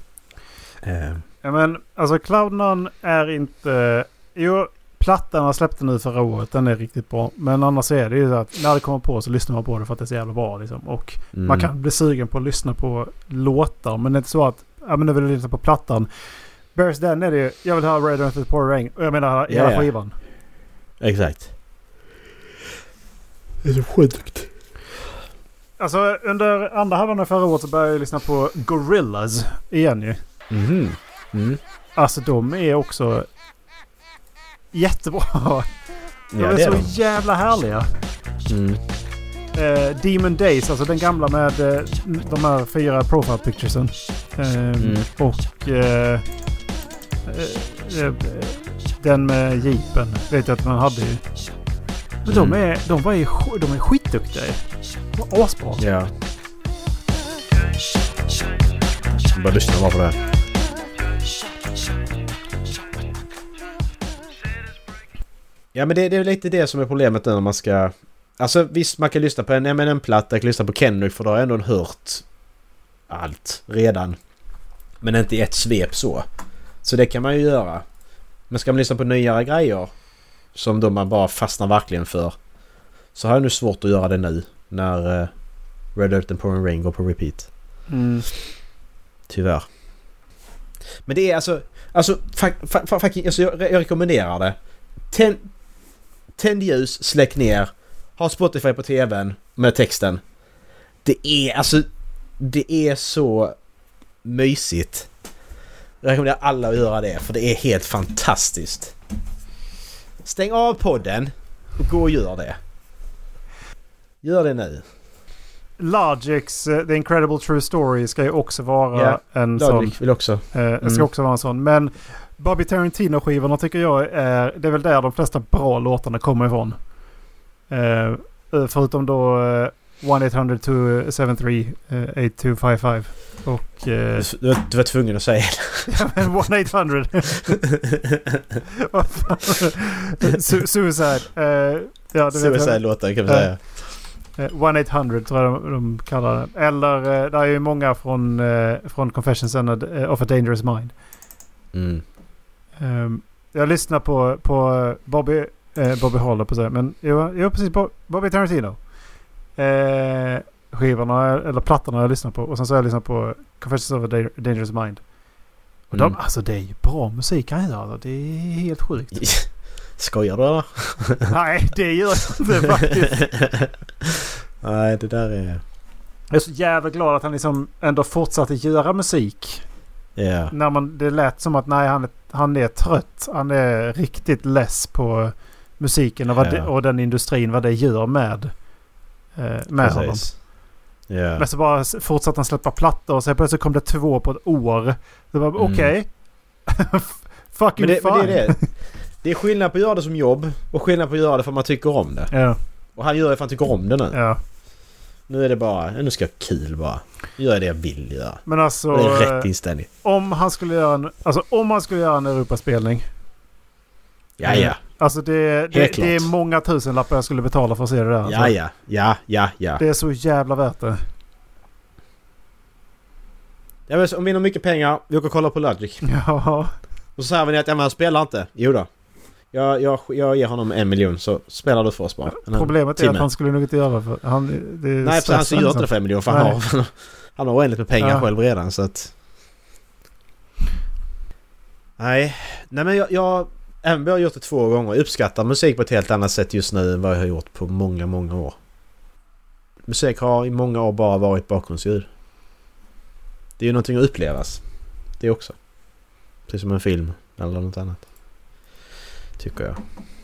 Eh, Ja, men alltså Cloud Nine är inte... Jo, plattan har släppt nu förra året. Den är riktigt bra. Men annars är det ju så att när det kommer på så lyssnar man på det för att det är så jävla bra liksom. Och mm, man kan bli sugen på att lyssna på låtar. Men det är inte så att ja, men nu vill jag lyssna på plattan. Bears Den är det ju. Jag vill ha Red Earth and Pouring Rain. Och jag menar hela Ja, ja. skivan. Exakt. Det är så sjukt. Alltså under andra halvan av förra året så började jag lyssna på Gorillaz igen ju. Mhm. Mm. Alltså de är också jättebra. De Ja, är det så är de. jävla härliga. Mm. Eh, Demon Days, alltså den gamla med eh, de här fyra profile picturesen. Eh, Mm. Och eh, eh, eh, den med jeepen vet jag att man hade ju. Men de Mm. är, de var ju, de är skitduktiga. De var asbra. Ja. Jag bara lyssna bara på det. Ja, men det, det är lite det som är problemet när man ska... Alltså visst, man kan lyssna på en M and M-platta, man kan lyssna på Kendrick för då har jag ändå hört allt redan. Men inte i ett svep så. Så det kan man ju göra. Men ska man lyssna på nyare grejer som då man bara fastnar verkligen för, så har jag nu svårt att göra det nu när uh, Red Alert and Pouring Rain går på repeat. Mm. Tyvärr. Men det är alltså... Alltså, fa, fa, fa, fa, alltså jag, jag rekommenderar det. Tänd, tänd ljus, släck ner. Ha Spotify på tvn med texten. Det är alltså... Det är så mysigt. Jag rekommenderar alla att göra det, för det är helt fantastiskt. Stäng av podden och gå och gör det. Gör det nu. Logics uh, The Incredible True Story ska ju också vara Ja, en Logic sån. vill också. Uh, Mm. ska också vara en sån. Men Bobby Tarantino-skivorna tycker jag är... Det är väl där de flesta bra låtarna kommer ifrån. Uh, förutom då uh, one eight hundred two seven three eight two five five. Och... Uh, Du, du var tvungen att säga det. Ja, men one eight hundred. Su- Suicide. Uh, ja, det Suicide-låtar kan vi säga. Uh, one eight hundred tror jag de, de kallar det. Eller uh, det är ju många från, uh, från Confessions uh, of a Dangerous Mind. Mm. Um, jag lyssnar på, på Bobby uh, Bobby Haller på det. Men jo, jo precis på Bobby Tarantino. Uh, skivorna eller plattorna jag lyssnar på. Och sen så har jag lyssnat på Confessions of a da- Dangerous Mind. Och Mm. de, alltså det är ju bra musik han gör. Det är helt sjukt. Skojar du eller? Nej, det gör jag inte faktiskt. Nej, det där är... Jag är så jävla glad att han liksom ändå fortsatte göra musik. Ja. När man, det lät som att nej, han, är, han är trött. Han är riktigt less på musiken och, vad Ja. det, och den industrin, vad det gör med, eh, med honom. Ja. Men så bara fortsatte han släppa plattor och så plötsligt kom det två på ett år. Det var Mm. okej. Okay. Fucking Men det, fine. men det är det. Det är skillnad på att göra det som jobb och skillnad på att göra det för att man tycker om det. Ja, Och han gör det för att han tycker om det nu. ja. Nu är det bara, nu ska jag ha kul bara. Gör jag det jag vill göra. Men alltså, Och det är rätt inställning. om han skulle göra en, alltså om han skulle göra en Europaspelning. Ja, ja. Alltså det, det, Helt det är klart. många tusen lappar jag skulle betala för att se det där. Alltså. Ja, ja. Ja, ja, ja. Det är så jävla värt det. Ja, men om vi har mycket pengar, vi åker och kollar på Logic. Ja. Och så säger vi att ja, men han spelar inte. Jo då. Jag, jag, jag ger honom en miljon så spelar du för oss bara. En Problemet är timme. att han skulle nog inte göra för han, det är Nej, för han så gör inte det för en miljon för han Nej. har, han har oändligt med pengar Ja. själv redan så att... Nej, nej men jag, jag även om jag har gjort det två gånger, uppskattar musik på ett helt annat sätt just nu än vad jag har gjort på många, många år. Musik har i många år bara varit bakgrundsljud. Det är ju någonting att upplevas. Det också. Precis som en film eller något annat. Tycker jag.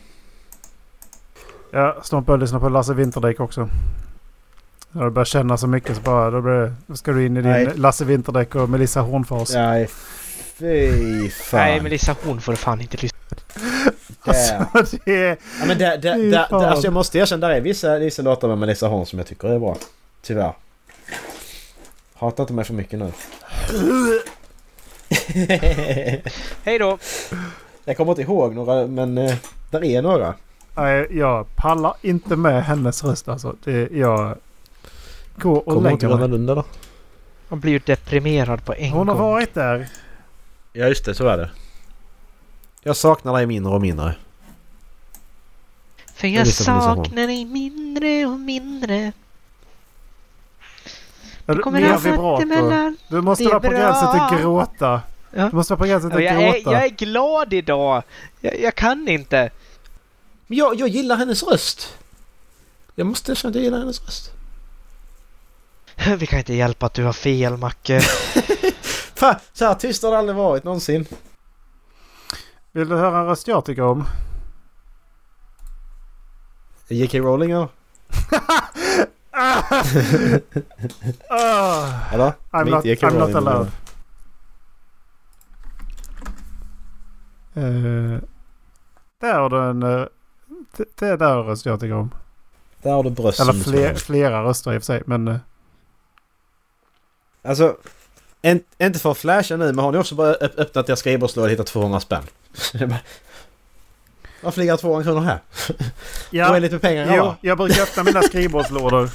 Ja, snart börjar lyssna på Lasse Winterdäck också. När du börjar känna så mycket så bara då, blir, då ska du in i din Nej. Lasse Winterdäck och Melissa Hornfors. Nej, fy fan. Nej, Melissa hon får fan inte lyssna. Alltså, det är... Ja, men där, där, Fy där, fan. där, alltså jag måste erkänna, där är vissa, vissa låtar med Melissa Horn som jag tycker är bra. Tyvärr. Hata inte mig för mycket nu. Hej då! Jag kommer inte ihåg några, men eh, där är några. Nej, jag pallar inte med hennes röst alltså. Det, jag går och Kommer inte lägger Gröna mig. Lund då? Man blir ju deprimerad på en Hon har gång. varit där. Ja just det, så är det. Jag saknar dig mindre och mindre. För Jag jag lyssnar på Melissa Horn. saknar dig mindre och mindre. Det kommer mer ha satt vibrato. emellan. Du måste Det är vara på bra. gränsen till gråta. Ja. Du måste vara på gränsen Ja, till jag, är, gråta. jag är glad idag. Jag, jag kan inte. Men jag, jag gillar hennes röst. Jag måste erkänna att jag gillar hennes röst. Vi kan inte hjälpa att du har fel, Macke. Fan, så här tyst har det aldrig varit någonsin. Vill du höra en röst jag tycker om? J K Rowling eller? uh, Eller? I'm not, J K I'm not Rowling, allowed. Uh, där har du en... Uh, det, det är där röst jag tycker om. Där har du bröst. Eller fler, flera röster i och för sig, men... Uh, alltså, en, inte för att flasha nu, men har ni också bara öpp- öppnat deras skrivbordslåda och hittat tvåhundra spänn? Varför ligger tvåhundra kronor här? ja, Vad är lite pengar jo, jag jag brukar öppna mina skrivbordslådor.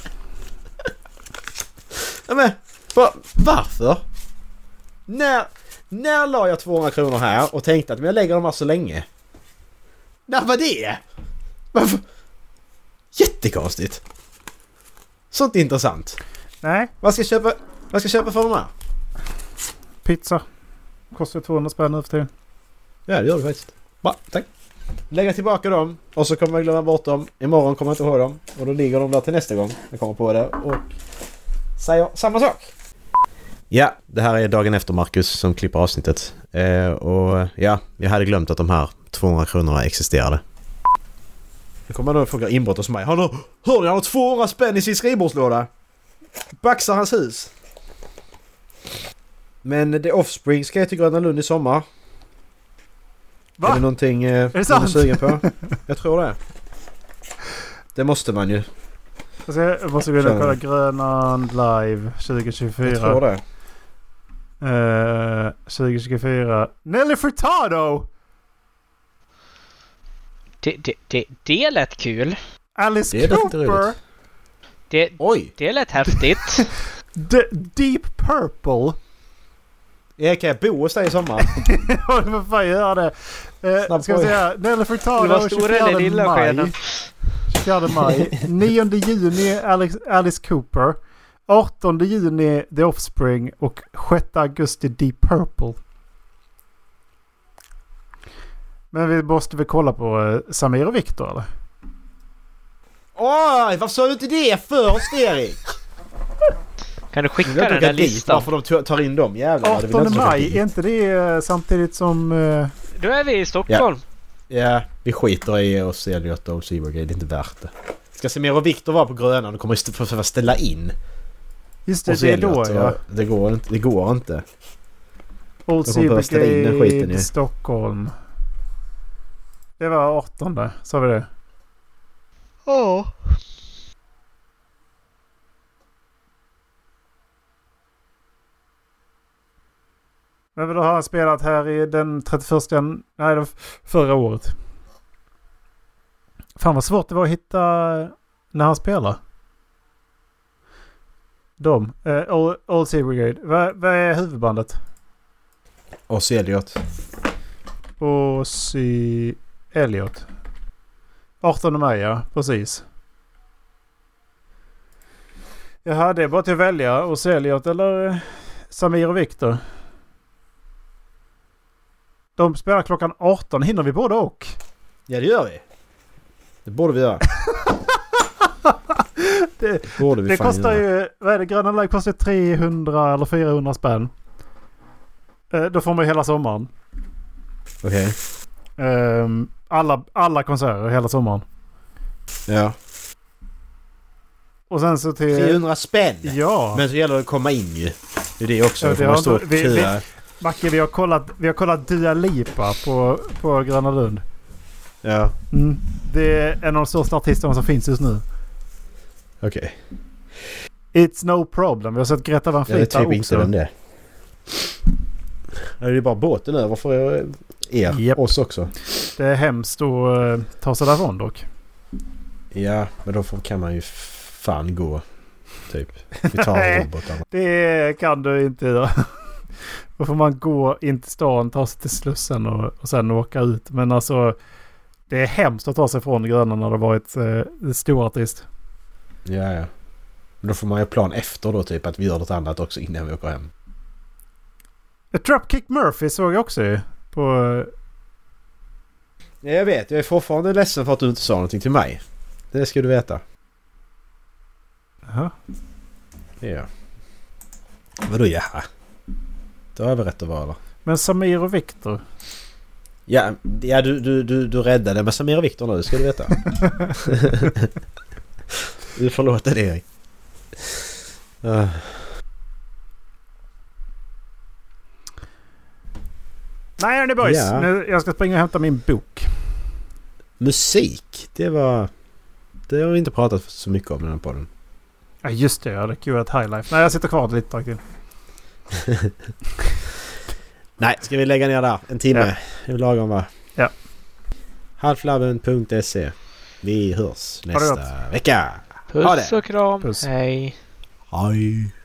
Ja, men, var, varför? När, när la jag tvåhundra kronor här och tänkte att men jag lägger dem här så länge? När var det? Varför? Jättekonstigt. Sånt intressant. Nej, Vad ska jag köpa, vad ska jag köpa för de här? pizza. Kostar tvåhundra spänn nu för tiden. Ja, det gör du faktiskt. Bra, tack. Lägga tillbaka dem och så kommer jag glömma bort dem. Imorgon kommer jag inte ihåg dem. Och då ligger de där till nästa gång jag kommer på det. Och säger samma sak. Ja, det här är dagen efter Marcus som klipper avsnittet. Eh, och ja, jag hade glömt att de här tvåhundra kronorna existerade. Nu kommer då fråga inbrott hos mig. Han har, hör ni, han har tvåhundra spänn i sin skrivbordslåda. Baxar hans hus. Men The Offspring ska jag till Gröna Lund i sommar. Va? Är det någonting eh, är det du är sant? sugen på? Jag tror det. Det måste man ju. Jag, ska, jag måste gå in och kolla Grönan live tjugo tjugofyra. Jag tror det. Uh, tjugo tjugofyra. Nelly Furtado! Det, det, det, det lät kul. Alice Det är lite Cooper! roligt. Det, Oj! det lät häftigt. D- Deep Purple! Jag kan bo hos dig i sommar. Vad fan gör det? Uh, Snabb ska vi poj. säga Nelly Det var Furtado stora eller lilla tjugofjärde skeden. maj. tjugofjärde maj. nionde juni Alex, Alice Cooper. artonde juni The Offspring. Och sjätte augusti Deep Purple. Men vi måste väl kolla på uh, Samir och Viktor eller? Oj, varför sa du inte det först, Erik? Kan du skicka Jag vet den inte där dit, listan? varför de t- tar in dem. Jävlar, det vill jag artonde inte åka maj, dit. är inte det uh, samtidigt som... Uh, Då är vi i Stockholm. Ja, vi skiter i oss Elliot och Seaworgate. Det är inte värt det. Ska Samir och Viktor vara på Gröna, de kommer ju st- ställa in. just det, Och det är då Elliot, ja. och det går inte. Det går inte. Old De kommer behöva ställa in den skiten Seabrigade ju. Stockholm. Det var artonde, sa vi det? Ja. Men då har han spelat här i den trettioförsta... Nej, det var förra året. Fan vad svårt det var att hitta när han spelar. De. Uh, Old, Old Sea Brigade. Vad vad är huvudbandet? Och Elliot. Och Sea Elliot. artonde maj, ja. Precis. Jaha, det är bara till att välja. Och Sea Elliot eller Samir och Viktor. De spelar klockan arton. Hinner vi både och? Ja, det gör vi. Det borde vi göra. det borde vi det fan kostar göra. ju... Vad är det? Gröna Live kostar trehundra eller fyrahundra spänn. Eh, då får man hela sommaren. Okej. Eh, alla, alla konserter hela sommaren. Ja. Och sen så till... trehundra spänn. Ja. Men så gäller det att komma in ju. Det är det också. Ja, Ja, det det har stå inte- vi- vi, vi- Macke, vi har kollat, vi har kollat Dua Lipa på, på Gröna Lund. Ja, Mm. Det är en av de största artisterna som finns just nu. okej. It's no problem. Vi har sett Greta Van Jag vet Fleet typ inte också. vem det är. Ja, det är bara båten nu. Varför är er? Japp. Oss också? Det är hemskt att uh, ta sig därifrån dock. Ja, men då får, kan man ju fan gå. Typ. Vi tar robotarna. Det kan du inte göra. Då får man gå in till stan, ta sig till Slussen och, och sen åka ut. Men alltså, det är hemskt att ta sig från Gröna när det varit uh, stor artist. Ja, ja. Men då får man ju plan efter då typ att vi gör något annat också innan vi åker hem. Ett Dropkick Murphy såg jag också ju på... Ja, jag vet. Jag är fortfarande ledsen för att du inte sa någonting till mig. Det ska du veta. Jaha. Ja. Vadå ja? Då har jag väl rätt att vara eller? Men Samir och Viktor? Ja, ja du, du, du, du räddade med Samir och Viktor nu, ska du veta. Du förlåter det, Erik. Uh. Nej, hörni boys. Ja. Nu, jag ska springa och hämta min bok. Musik, det var... Det har vi inte pratat så mycket om i den här podden. Ja, just det. Jag hade kurat Highlife. Nej, jag sitter kvar lite tag till. Nej, ska vi lägga ner där? En timme. Ja. Det är lagom, va? Ja. halflabben punkt se. Vi hörs Ha det nästa gott. vecka. Puss Ha det. och kram. Puss. Hej. Hej.